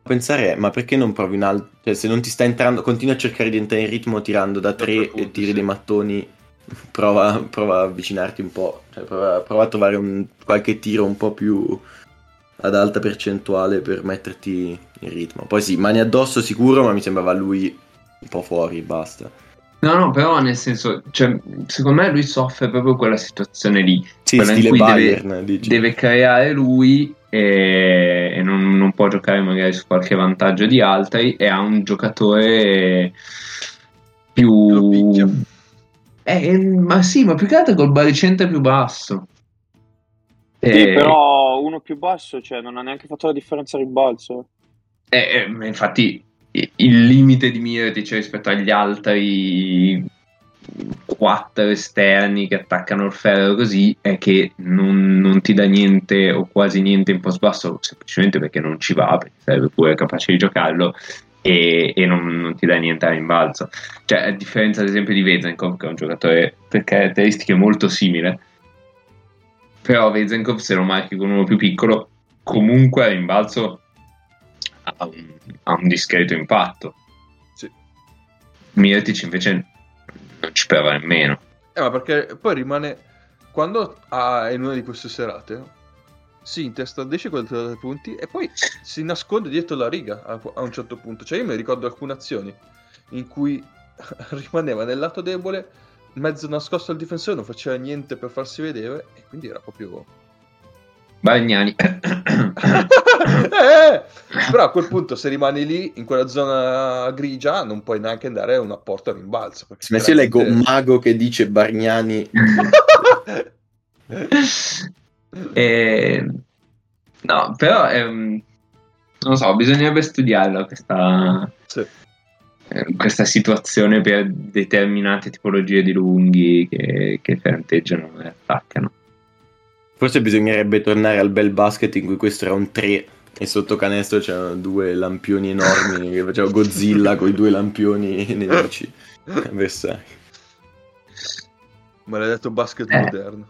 pensare è, ma perché non provi un altro? Cioè, se non ti sta entrando, continua a cercare di entrare in ritmo tirando da tre tre punti, e tiri sì. dei mattoni, prova, prova a avvicinarti un po', cioè prova, prova a trovare un, qualche tiro un po' più ad alta percentuale per metterti in ritmo. Poi sì, mani addosso sicuro, ma mi sembrava lui un po' fuori, basta. No, no, però nel senso, cioè, secondo me lui soffre proprio quella situazione lì, Sì, quella in stile cui Bayern, deve, dici. deve creare lui e, e non, non può giocare magari su qualche vantaggio di altri e ha un giocatore Che lo picchia. più... Eh, ma sì, ma più che altro col baricentro più basso. Sì, Eh, però uno più basso, cioè, non ha neanche fatto la differenza rimbalzo. eh, eh, ma infatti i- il limite di Mirotic rispetto agli altri quattro esterni che attaccano il ferro così è che non, non ti dà niente o quasi niente in post basso, semplicemente perché non ci va, perché sarebbe pure capace di giocarlo e, e non, non ti dà niente a rimbalzo. Cioè, a differenza ad esempio di Vezenkov, che è un giocatore per caratteristiche molto simile, però Vezenkov se lo marchi con uno più piccolo comunque a rimbalzo ha un, ha un discreto impatto. Sì. Mirotic invece non ci prova nemmeno. Eh, ma perché poi rimane... Quando ha in una di queste serate, no? Si intestardisce quel tre punti e poi si nasconde dietro la riga a, a un certo punto. Cioè io mi ricordo alcune azioni in cui rimaneva nel lato debole, mezzo nascosto al difensore, non faceva niente per farsi vedere e quindi era proprio... Bagnani. eh, però a quel punto se rimani lì in quella zona grigia non puoi neanche andare a un apporto a rimbalzo perché Ma se io leggo chiaramente- Mago che dice Bargnani, Eh, no, però ehm, non lo so, bisognerebbe studiarla questa, sì. eh, questa situazione per determinate tipologie di lunghi che, che fronteggiano e attaccano. forse bisognerebbe tornare al bel basket in cui questo era un tre e sotto canestro c'erano due lampioni enormi che faceva Godzilla con i due lampioni nemici avversari. Maledetto basket Eh. moderno.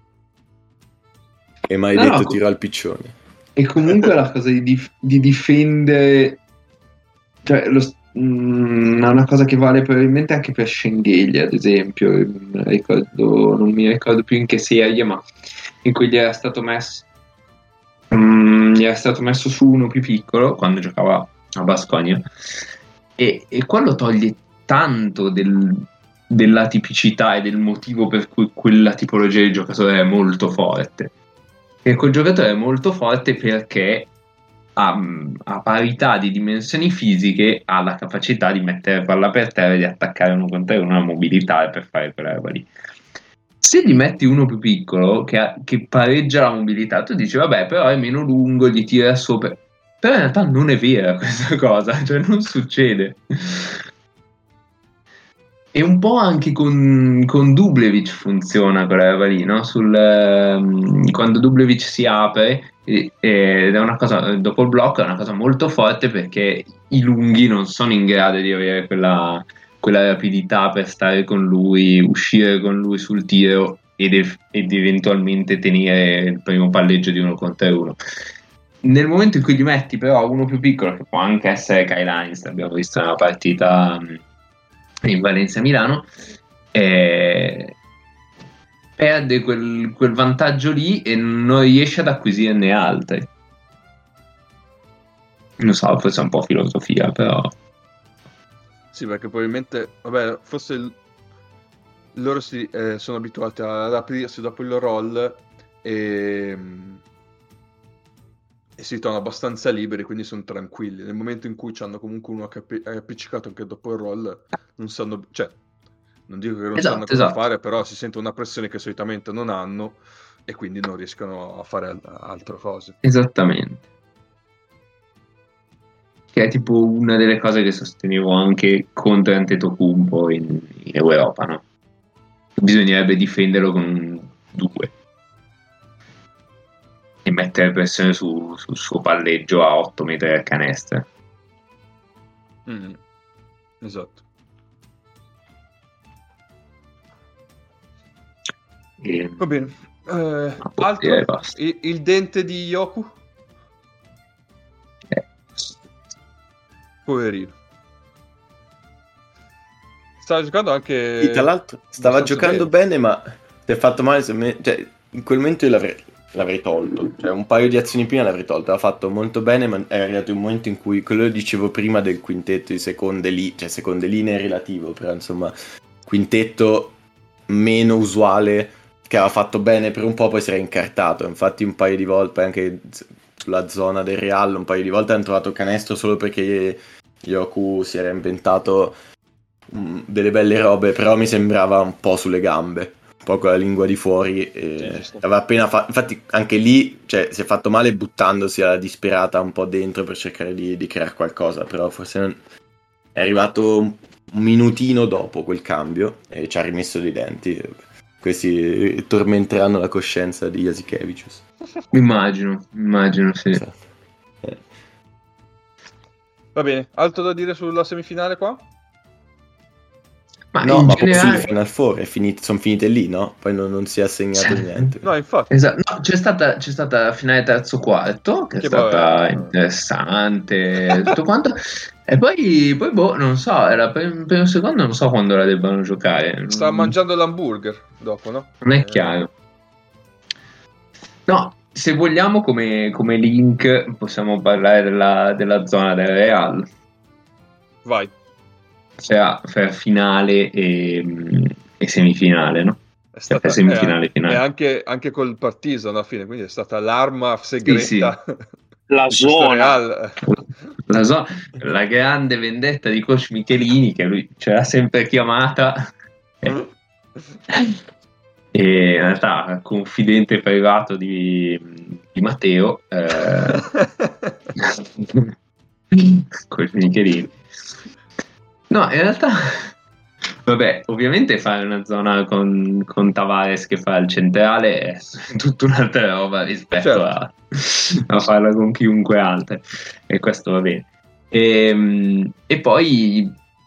E mai No, detto no, tiro al piccione. E comunque la cosa di, dif- di difendere, cioè, lo, mh, è una cosa che vale probabilmente anche per Schengelia, ad esempio. Non ricordo, non mi ricordo più in che serie, ma in cui gli era stato messo, mh, gli era stato messo su uno più piccolo quando giocava a Baskonia, e, e quello toglie tanto del, della tipicità e del motivo per cui quella tipologia di giocatore è molto forte. E quel giocatore è molto forte perché a, a parità di dimensioni fisiche ha la capacità di mettere palla per terra e di attaccare uno contro uno, la mobilità per fare quella roba lì. Se gli metti uno più piccolo che, ha, che pareggia la mobilità, tu dici vabbè, però è meno lungo, gli tira sopra. Però in realtà non è vera questa cosa, cioè non succede. E un po' anche con, con Dublevic funziona quella roba lì, no? Sul, ehm, quando Dublevic si apre eh, ed è una cosa, dopo il blocco è una cosa molto forte perché i lunghi non sono in grado di avere quella, quella rapidità per stare con lui, uscire con lui sul tiro ed, ev- ed eventualmente tenere il primo palleggio di uno contro uno. Nel momento in cui gli metti però uno più piccolo, che può anche essere Kyle Hines, abbiamo visto nella partita in Valencia-Milano, eh, perde quel, quel vantaggio lì e non riesce ad acquisirne altri. Non so, forse è un po' filosofia, però Sì, perché probabilmente, vabbè, forse il- loro si, eh, sono abituati ad aprirsi dopo il roll e, e si trovano abbastanza liberi, quindi sono tranquilli. Nel momento in cui hanno comunque uno che è appi- è appiccicato anche dopo il roll, non sanno, cioè, non dico che non esatto, sanno cosa esatto. fare, però si sente una pressione che solitamente non hanno e quindi non riescono a fare al- altre cose. Esattamente. Che è tipo una delle cose che sostenevo anche contro Antetokounmpo in, in Europa, no? Bisognerebbe difenderlo con un due e mettere pressione su- sul suo palleggio a otto metri dal canestro. Mm. Esatto. E, Va bene. Eh, può altro? dire basta. Il, il dente di Yoku? eh, Poverino. Stava giocando anche... Sì, tra l'altro stava abbastanza giocando bene, ma si è fatto male. Se me... cioè, in quel momento io l'avrei, l'avrei tolto. Cioè, un paio di azioni prima l'avrei tolto. Ha fatto molto bene, ma è arrivato un momento in cui, quello che dicevo prima del quintetto di seconde linee, cioè seconde linee è relativo, però insomma, quintetto meno usuale, che aveva fatto bene per un po', poi si era incartato. Infatti un paio di volte, anche sulla zona del Real, un paio di volte hanno trovato canestro solo perché Yoku si era inventato mh, delle belle robe, però mi sembrava un po' sulle gambe, un po' con la lingua di fuori. E Sì, sì. aveva appena fa- infatti anche lì, cioè, si è fatto male buttandosi alla disperata un po' dentro per cercare di, di creare qualcosa, però forse non... è arrivato un, un minutino dopo quel cambio e ci ha rimesso dei denti. Questi tormenteranno la coscienza di Jasikevicius. Immagino, immagino, sì. Esatto. Eh. Va bene, altro da dire sulla semifinale qua? Ma No, in ma poi generale... sulle Final Four è finit- sono finite lì, no? Poi non, non si è assegnato Sì. niente. No, infatti. Esatto. No, c'è stata, c'è stata la finale terzo quarto, che, Che è stata vabbè. interessante, tutto quanto. E poi, poi boh, non so, era per, per un secondo non so quando la debbano giocare. Stava Non- mangiando l'hamburger dopo, no? Non è Eh, chiaro. No, se vogliamo come, come link possiamo parlare della, della zona del Real, Vai. cioè fra finale e, e semifinale, no? È Cioè, stata, semifinale, e finale. anche, anche col Partizan alla fine, quindi è stata l'arma Sì, segreta La di questo zona. Real. La, so- la grande vendetta di coach Michelini, che lui ce l'ha sempre chiamata, e in realtà confidente privato di, di Matteo, eh, coach Michelini. No, in realtà, vabbè, ovviamente fare una zona con, con Tavares che fa il centrale è tutta un'altra roba rispetto Certo. a, a farla con chiunque altro, e questo va bene. E, e poi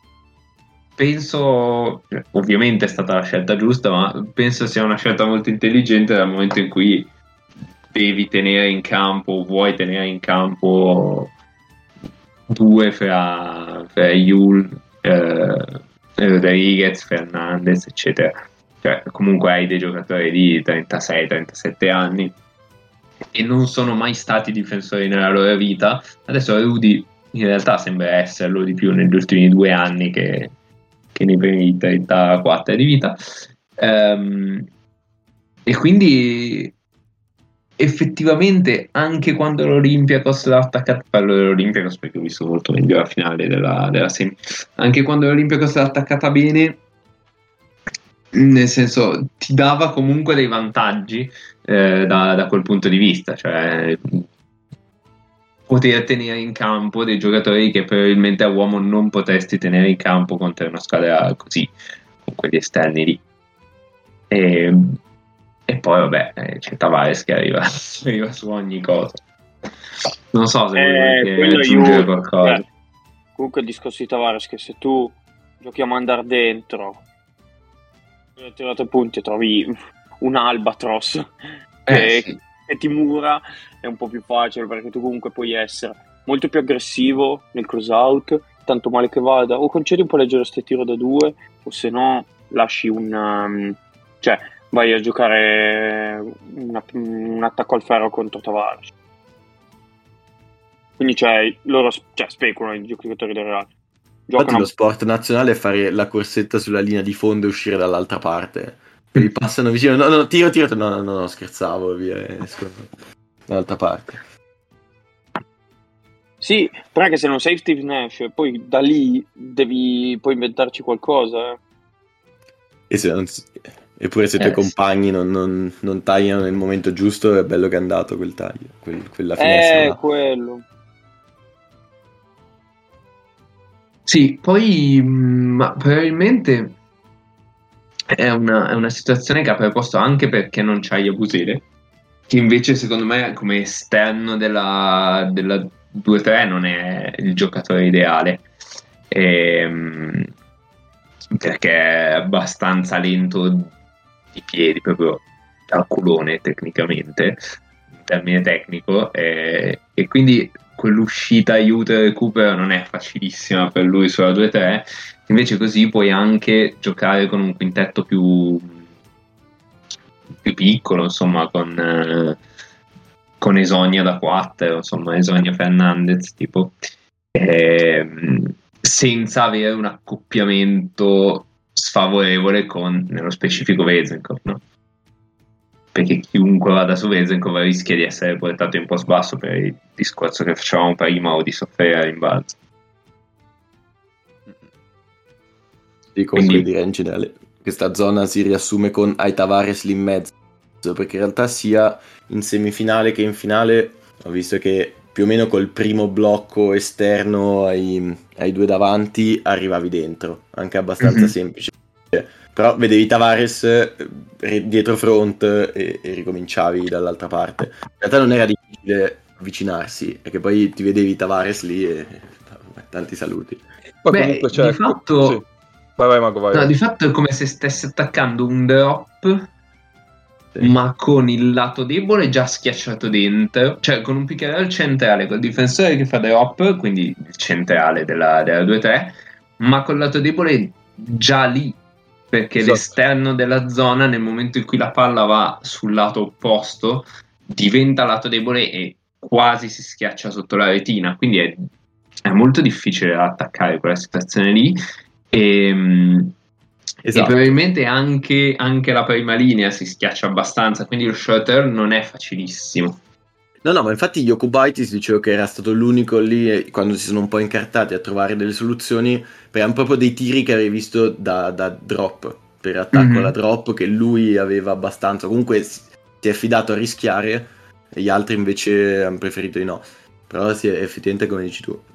penso, ovviamente è stata la scelta giusta, ma penso sia una scelta molto intelligente dal momento in cui devi tenere in campo, vuoi tenere in campo due fra, fra Yul, eh, Rodriguez, Fernandez, eccetera. Cioè, comunque hai dei giocatori di trentasei trentasette anni e non sono mai stati difensori nella loro vita. Adesso Rudy in realtà sembra esserlo di più negli ultimi due anni che, che nei primi trentaquattro di vita. Ehm, e quindi effettivamente anche quando l'Olympiacos l'ha attaccata, parlo dell'Olympiacos perché ho visto molto meglio la finale della, della semi, anche quando l'Olympiacos l'ha attaccata bene, nel senso ti dava comunque dei vantaggi eh, da, da quel punto di vista, cioè poter tenere in campo dei giocatori che probabilmente a uomo non potresti tenere in campo contro una squadra così, con quegli esterni lì. E, e poi vabbè, eh, c'è Tavares che arriva, arriva su ogni cosa. Non so se Eh, volete quello aggiungere aiuta, qualcosa. cioè, comunque il discorso di Tavares che se tu giochiamo a andare dentro hai tirato punti e trovi un Albatros che, Eh, sì. che ti mura, è un po' più facile perché tu comunque puoi essere molto più aggressivo nel close out, tanto male che vada, o concedi un po' leggero ste tiro da due, o se no lasci un um, cioè vai a giocare una, un attacco al ferro contro Tavares. Quindi cioè, loro cioè, speculano i giocatori del Real. Infatti Giocano lo sport nazionale è fare la corsetta sulla linea di fondo e uscire dall'altra parte. Quelli passano vicino, no, no, tiro, tiro, no, no, no, no, scherzavo, via, esco dall'altra parte. Sì, però che se non sei Steve Nash, poi da lì devi poi inventarci qualcosa. Eh. E se non, eppure se i tuoi Eh, compagni non, non, non tagliano nel momento giusto, è bello che è andato quel taglio, quel, quella finestra Eh, là. quello. Sì, poi mh, ma probabilmente è una, è una situazione che ha preposto anche perché non c'hai Yabusele, che invece secondo me come esterno della, della due tre non è il giocatore ideale. Ehm, perché è abbastanza lento di piedi, proprio al culone tecnicamente, in termine tecnico, e, e quindi quell'uscita aiuto e recupero non è facilissima per lui sulla due tre, invece così puoi anche giocare con un quintetto più, più piccolo, insomma, con, eh, con Esonia da quattro, insomma, Esonia Fernandez, tipo, ehm, senza avere un accoppiamento sfavorevole con, nello specifico, Vezenkov, no? Perché chiunque vada su Vezenkov rischia di essere portato in post basso per il discorso che facevamo prima o di soffrire a rimbalzo. Sì, comunque dire in generale questa zona si riassume con ai Tavares lì in mezzo, perché in realtà sia in semifinale che in finale ho visto che più o meno col primo blocco esterno ai, ai due davanti arrivavi dentro, anche abbastanza mm-hmm. semplice. Però vedevi Tavares dietro front e, e ricominciavi dall'altra parte. In realtà non era difficile avvicinarsi, perché poi ti vedevi Tavares lì e tanti saluti. Poi Beh, comunque c'è... di fatto... Sì. Vai, vai, Mago, vai. No, vai. di fatto è come se stesse attaccando un drop, sì. ma con il lato debole già schiacciato dentro, cioè con un pick and roll centrale, col difensore che fa drop, quindi il centrale della, della due tre, ma col lato debole già lì, perché esatto. l'esterno della zona, nel momento in cui la palla va sul lato opposto, diventa lato debole e quasi si schiaccia sotto la retina, quindi è, è molto difficile attaccare quella situazione lì. E, esatto. e probabilmente anche, anche la prima linea si schiaccia abbastanza, quindi lo short turn non è facilissimo. No, no, ma infatti Jokubaitis dicevo che era stato l'unico lì quando si sono un po' incartati a trovare delle soluzioni, perché erano proprio dei tiri che avevi visto da, da drop, per attacco mm-hmm. alla drop, che lui aveva abbastanza, comunque si è affidato a rischiare e gli altri invece hanno preferito di no, però sì, effettivamente come dici tu.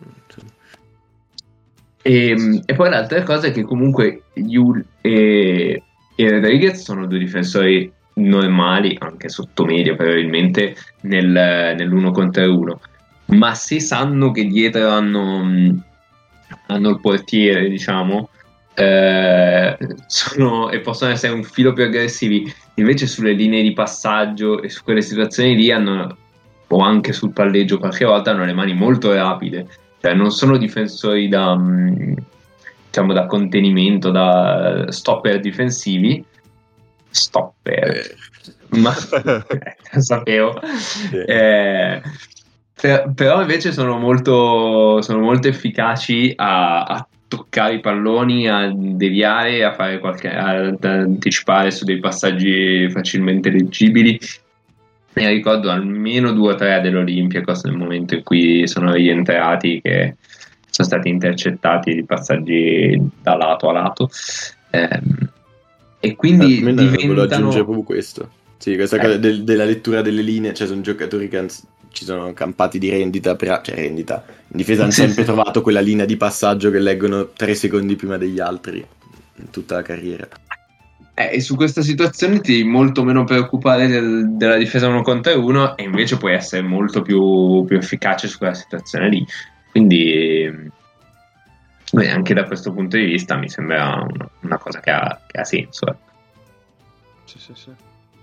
E, e poi l'altra cosa è che comunque Yul e, e Rodriguez sono due difensori normali, anche sotto media probabilmente nel, nell'uno contro uno, ma se sanno che dietro hanno, hanno il portiere, diciamo, eh, sono, e possono essere un filo più aggressivi, invece sulle linee di passaggio e su quelle situazioni lì hanno, o anche sul palleggio qualche volta, hanno le mani molto rapide, cioè non sono difensori da, diciamo, da contenimento, da stopper difensivi, stopper, eh. ma eh, sapevo, sì. eh, per, però invece sono molto, sono molto efficaci a, a toccare i palloni, a deviare, a fare qualche, a, ad anticipare su dei passaggi facilmente leggibili. Mi ricordo almeno due o tre dell'Olympiacos nel momento in cui sono rientrati, che sono stati intercettati di passaggi da lato a lato, eh, e quindi eh, diventano... volevo aggiungere proprio questo, sì, questa eh. cosa del, della lettura delle linee, cioè sono giocatori che ans- ci sono campati di rendita, per, cioè rendita, in difesa hanno sempre trovato quella linea di passaggio che leggono tre secondi prima degli altri in tutta la carriera. Eh, e su questa situazione ti devi molto meno preoccupare del, della difesa uno contro uno, e invece puoi essere molto più, più efficace su quella situazione lì. Quindi beh, anche da questo punto di vista mi sembra una, una cosa che ha, che ha senso. Eh. Sì, sì, sì.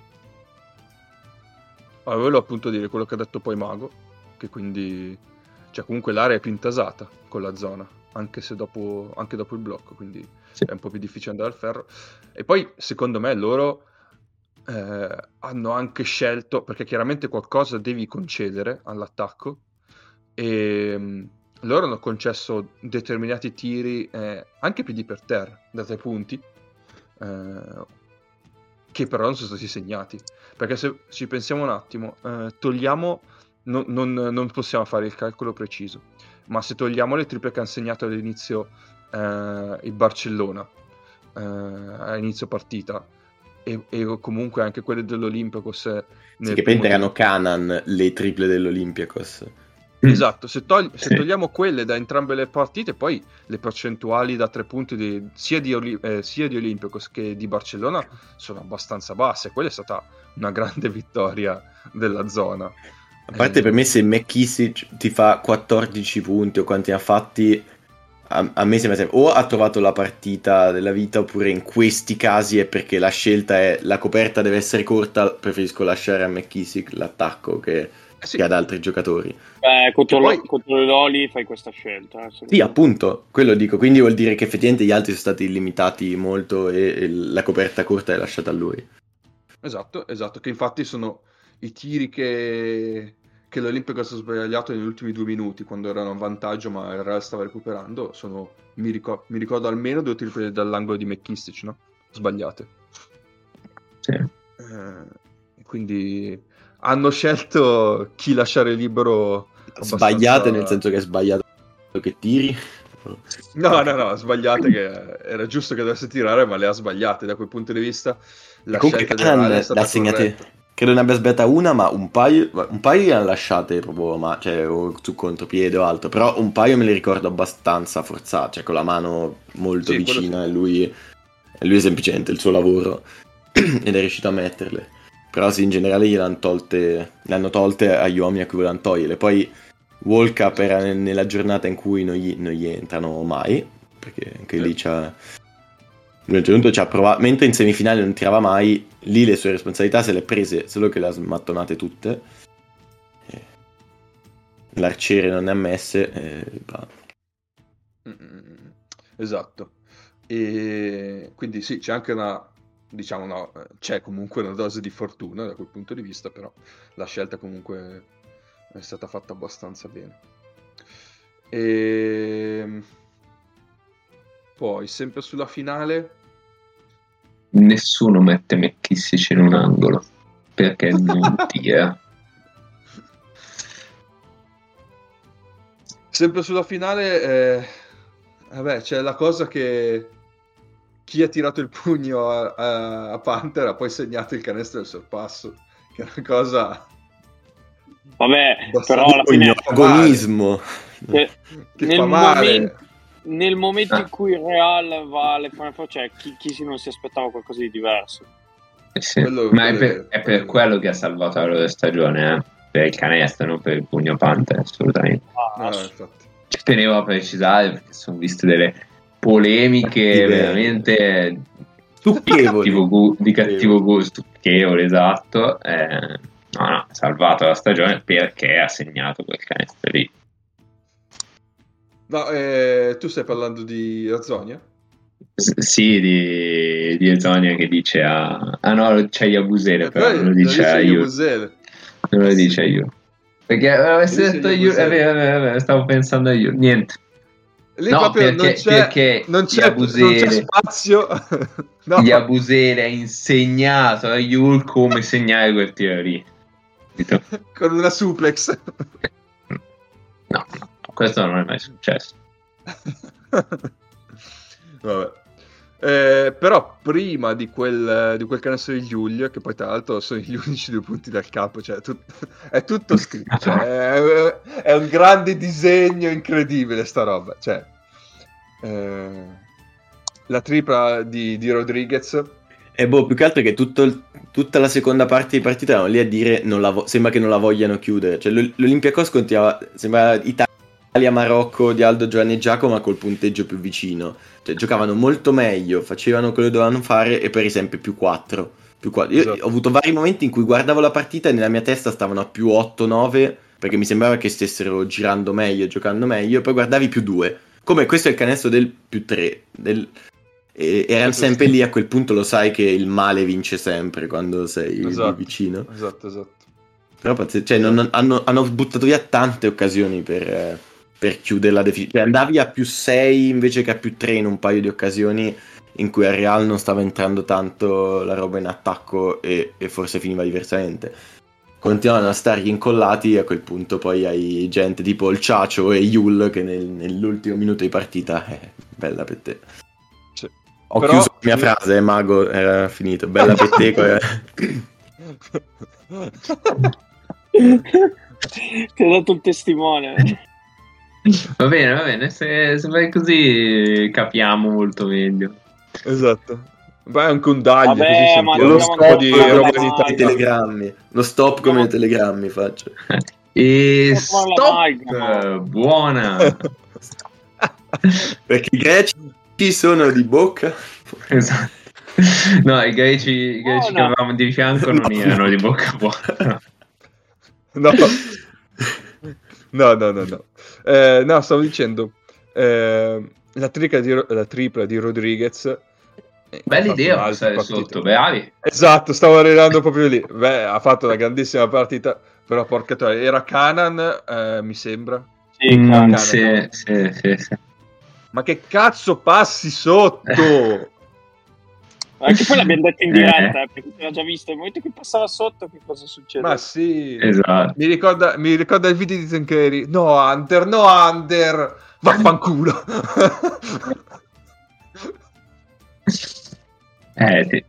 Allora, volevo appunto dire quello che ha detto poi Mago, che quindi, cioè comunque l'area è più intasata con la zona, anche se dopo, anche dopo il blocco, quindi sì. È un po' più difficile andare al ferro. E poi secondo me loro eh, hanno anche scelto, perché chiaramente qualcosa devi concedere all'attacco, e um, loro hanno concesso determinati tiri eh, anche piedi per terra da tre punti, eh, che però non sono stati segnati, perché se ci pensiamo un attimo, eh, togliamo, no, non, non possiamo fare il calcolo preciso, ma se togliamo le triple che hanno segnato all'inizio eh, il Barcellona eh, a inizio partita e, e comunque anche quelle dell'Olympiacos nel sì, che poi erano Canan le triple dell'Olympiacos. Esatto, se, togli- se togliamo quelle da entrambe le partite, poi le percentuali da tre punti di, sia, di Oli- eh, sia di Olympiacos che di Barcellona sono abbastanza basse. Quella è stata una grande vittoria della zona. A parte eh, per me se McKissick ti fa quattordici punti o quanti ha fatti, a, a me sembra sempre o ha trovato la partita della vita, oppure in questi casi è perché la scelta è la coperta deve essere corta, preferisco lasciare a McKissick l'attacco che sì. che ad altri giocatori. Beh, contro, Poi... lo, contro le Loli fai questa scelta. Eh, sì, appunto, quello dico. Quindi vuol dire che effettivamente gli altri sono stati limitati molto e, e la coperta corta è lasciata a lui. Esatto, esatto, che infatti sono i tiri che, che l'Olympiacos ha sbagliato negli ultimi due minuti, quando erano in vantaggio ma il Real stava recuperando, sono, mi, ricordo, mi ricordo almeno due tiri presi dall'angolo di McKissic, no? Sbagliate. Sì. Eh, quindi hanno scelto chi lasciare libero. Abbastanza... Sbagliate nel senso che è sbagliato che tiri? No, no, no, sbagliate che era giusto che dovesse tirare, ma le ha sbagliate. Da quel punto di vista la scelta del Real è stata corretta. Credo ne abbia sbagliata una, ma un paio un paio le hanno lasciate proprio, ma, cioè, o su contropiede o altro, però un paio me le ricordo abbastanza forzate, cioè con la mano molto Sì, vicina sì. e lui, e lui è semplicemente il suo lavoro ed è riuscito a metterle. Però sì, in generale gliel'hanno tolte, le hanno tolte agli uomini a cui volevano toglierle. Poi World Cup era nella giornata in cui non gli, non gli entrano mai, perché anche lì c'ha... Ci ha provato, mentre in semifinale non tirava mai, lì le sue responsabilità se le prese, solo che le ha smattonate tutte. Eh, l'arciere non ne ha messe. Eh, Mm, esatto. E quindi sì, c'è anche una, diciamo, no, c'è comunque una dose di fortuna da quel punto di vista, però la scelta comunque è stata fatta abbastanza bene. E poi, sempre sulla finale... Nessuno mette McKissic in un angolo, perché non tira. Sempre sulla finale, eh, vabbè, c'è la cosa che chi ha tirato il pugno a, a, a Panther ha poi segnato il canestro del sorpasso, che è una cosa... Vabbè, però alla fine... agonismo. Che, che nel fa male. Momento, nel momento in cui il Real va alle Final Four, cioè chi, chi si non si aspettava qualcosa di diverso. Sì. Quello, Ma quello è per, è per quello che ha salvato la loro stagione, eh? Per il canestro, non per il pugno Panther, assolutamente. Ah, no, infatti. Ci tenevo a precisare perché sono viste delle polemiche Cattive. veramente stucchevoli. di cattivo, gu- di cattivo gusto, stucchevole, esatto. Eh, no, no, ha salvato la stagione perché ha segnato quel canestro lì. No, eh, tu stai parlando di Azonia? S- sì, di, di Ezonia che dice a... Ah no, c'è Yabusele, Eh, però non lo dice a Yu. Non lo dice a Yu. Perché avesse detto Yu, è vero, è vero, è vero, stavo pensando a Yu. Niente. Lì No, proprio perché, non c'è, perché non c'è, Yabusele, non c'è spazio. No. Yabusele ha insegnato a Yul come segnare quel tiro lì. Con una suplex. No, questo non è mai successo. Vabbè. Eh, però prima di quel, di quel canestro di Giulio, che poi tra l'altro sono gli unici due punti dal capo, cioè tut, è tutto scritto, cioè, è, è un grande disegno incredibile sta roba, cioè eh, la tripla di, di Rodriguez. E boh, più che altro che tutto il, tutta la seconda parte di partita erano lì a dire non la vo- sembra che non la vogliano chiudere, cioè l'Ol- l'Olympiacos continuava, sembra Italia-Marocco di Aldo, Giovanni e Giacomo, ma col punteggio più vicino. Cioè, giocavano molto meglio, facevano quello che dovevano fare e per esempio più quattro. Più quattro. Io Esatto. ho avuto vari momenti in cui guardavo la partita e nella mia testa stavano a più otto nove perché mi sembrava che stessero girando meglio, giocando meglio, e poi guardavi più due. Come questo è il canestro del più tre. Del... E erano sempre lì, a quel punto lo sai che il male vince sempre quando sei Esatto. lì vicino. Esatto, esatto. Però cioè, esatto. non, non, hanno, hanno buttato via tante occasioni per... Eh, per chiudere la definizione, cioè, andavi a più sei invece che a più tre in un paio di occasioni in cui al Real non stava entrando tanto la roba in attacco e, e forse finiva diversamente. Continuavano a stargli incollati, a quel punto poi hai gente tipo il Ciacio e Yul che nel, nell'ultimo minuto di partita è bella per te. Sì. Ho Però... chiuso la mia frase, eh, Mago, era finito, bella per te. Ti ho dato il testimone. Va bene, va bene, se, se vai così capiamo molto meglio. Esatto. Vai anche un daglio, Vabbè, così sentiamo lo un po' di roba di i telegrammi. Lo stop come i telegrammi faccio. E stop! Buona! Perché i greci sono di bocca. Esatto. No, i greci, i greci Buona. che avevamo di fianco non erano di bocca buona. No, no, no, no, no. Eh, no, stavo dicendo, eh, la, trica di, la tripla di Rodriguez. eh, Bella ha fatto idea un'altra passare partita. sotto, bravi. Esatto, stavo arrivando proprio lì. Beh, ha fatto una grandissima partita, però porca troia, era Canan, eh, mi sembra. Sì, Mm, Canan. sì, sì, sì, sì. Ma che cazzo passi sotto? Anche poi l'abbiamo detto in Eh. diretta, eh, perché l'ho già visto. Nel momento che passava sotto, che cosa succede? Ma sì, Esatto. mi ricorda, mi ricorda il video di Zenkeri. No, Hunter, no, Hunter, vaffanculo. Eh sì.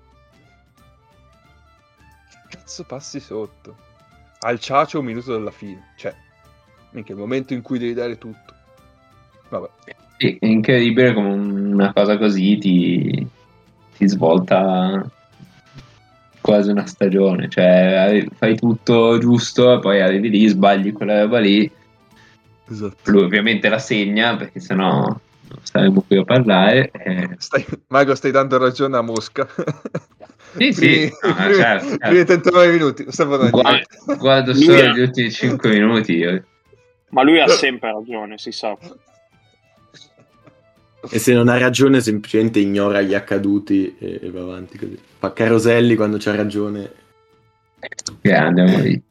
Cazzo passi sotto? Al ciacio un minuto dalla fine. Cioè, minchia, il momento in cui devi dare tutto. Vabbè. Sì, è incredibile come una cosa così ti, ti svolta quasi una stagione, cioè fai tutto giusto e poi arrivi lì, sbagli quella roba lì, Esatto. lui ovviamente la segna perché sennò non staremo qui a parlare. eh. Stai, Mago, stai dando ragione a Mosca. Sì, sì, primi, no, primi, certo, certo. primi trentanove minuti. Non stavo da Guarda, niente. guardo Lui solo è- gli ultimi cinque minuti io. Ma lui ha sempre ragione, si sa. E se non ha ragione semplicemente ignora gli accaduti e, e va avanti così. Fa Caroselli quando c'ha ragione. Grande amore.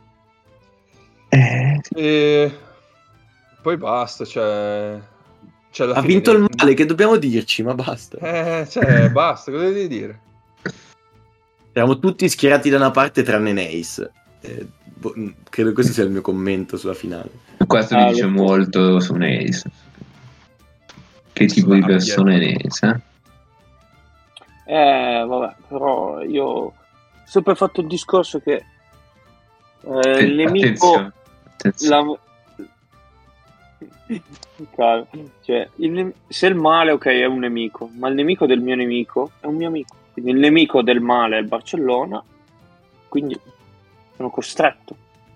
Eh, E poi basta, cioè... cioè alla Ha fine vinto il niente. male, che dobbiamo dirci? Ma basta. Eh, cioè, basta, cosa devi dire? Siamo tutti schierati da una parte tranne Neis. Eh, boh, credo questo sia il mio commento sulla finale. questo Ah, mi dice lo- molto su Nace. Che tipo di persona è Nace? Eh? Eh, vabbè, però io ho sempre fatto il discorso che eh, il nemico... Attenzione, attenzione. La... Calma. Cioè, il ne- se il male, ok, è un nemico, ma il nemico del mio nemico è un mio amico. Quindi il nemico del male è il Barcellona, quindi sono costretto.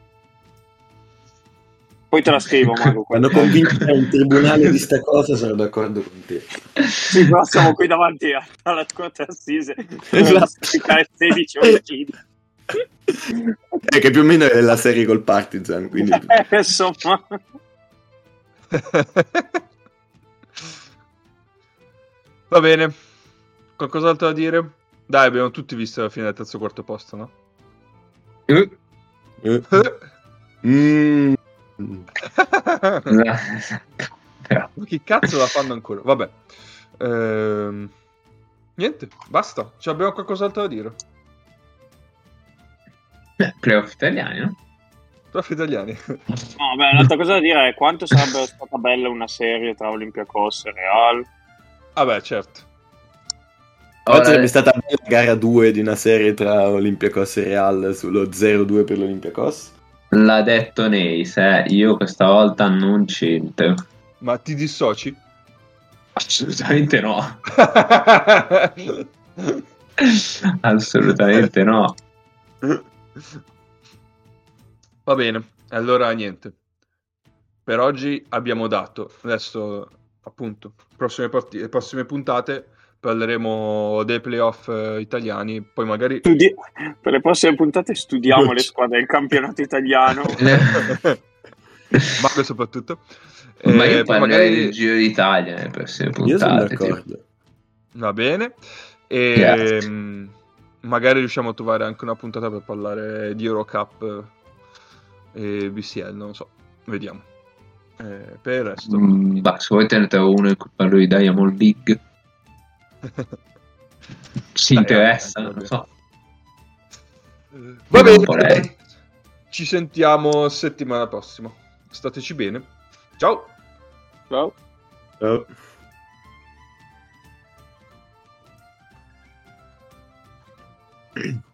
Poi te la scrivo, Mago. Quando convincere un tribunale di sta cosa sono d'accordo con te. Sì, però siamo qui davanti a- alla corte assise per Esatto. giustificare sedici omicidi. È che più o meno è la serie col Partizan, quindi... Eh, insomma, Va bene. Qualcos'altro da dire? Dai, abbiamo tutti visto la fine del terzo quarto posto, no? Eh, Eh. Mm. Però, Ma chi cazzo la fanno ancora? Vabbè. Ehm, Niente, basta. Cioè, abbiamo qualcos'altro da dire. eh, playoff italiani, no? Trofei italiani. no, beh, l'altra cosa da dire è quanto sarebbe stata bella una serie tra Olympiacos e Real. Vabbè, certo. Poi Ora- sarebbe stata la gara due di una serie tra Olympiacos e Real sullo zero due per l'Olympiacos. L'ha detto Nace, eh. Io questa volta non c'entro. Ma ti dissoci? Assolutamente no. Assolutamente no. Va bene, allora niente. Per oggi abbiamo dato. Adesso, appunto, prossime, parti- le prossime puntate parleremo dei playoff eh, italiani. Poi magari. Studi- per le prossime puntate studiamo le squadre del campionato italiano. Mago soprattutto. Ma io Eh, poi parlerei magari. del Giro d'Italia nelle prossime Io sono puntate. tipo. d'accordo. Va bene. E Grazie. mh, magari riusciamo a trovare anche una puntata per parlare di Eurocup e B C L, non lo so. Vediamo. Eh, per il resto. Mm, bah, se vuoi te ne trovo uno in cui parlo di Diamond League. Ci Dai, interessa, vabbè, non so. Va Vedo un po' bene. lei. Ci sentiamo settimana prossima. Stateci bene. Ciao. Ciao. Ciao.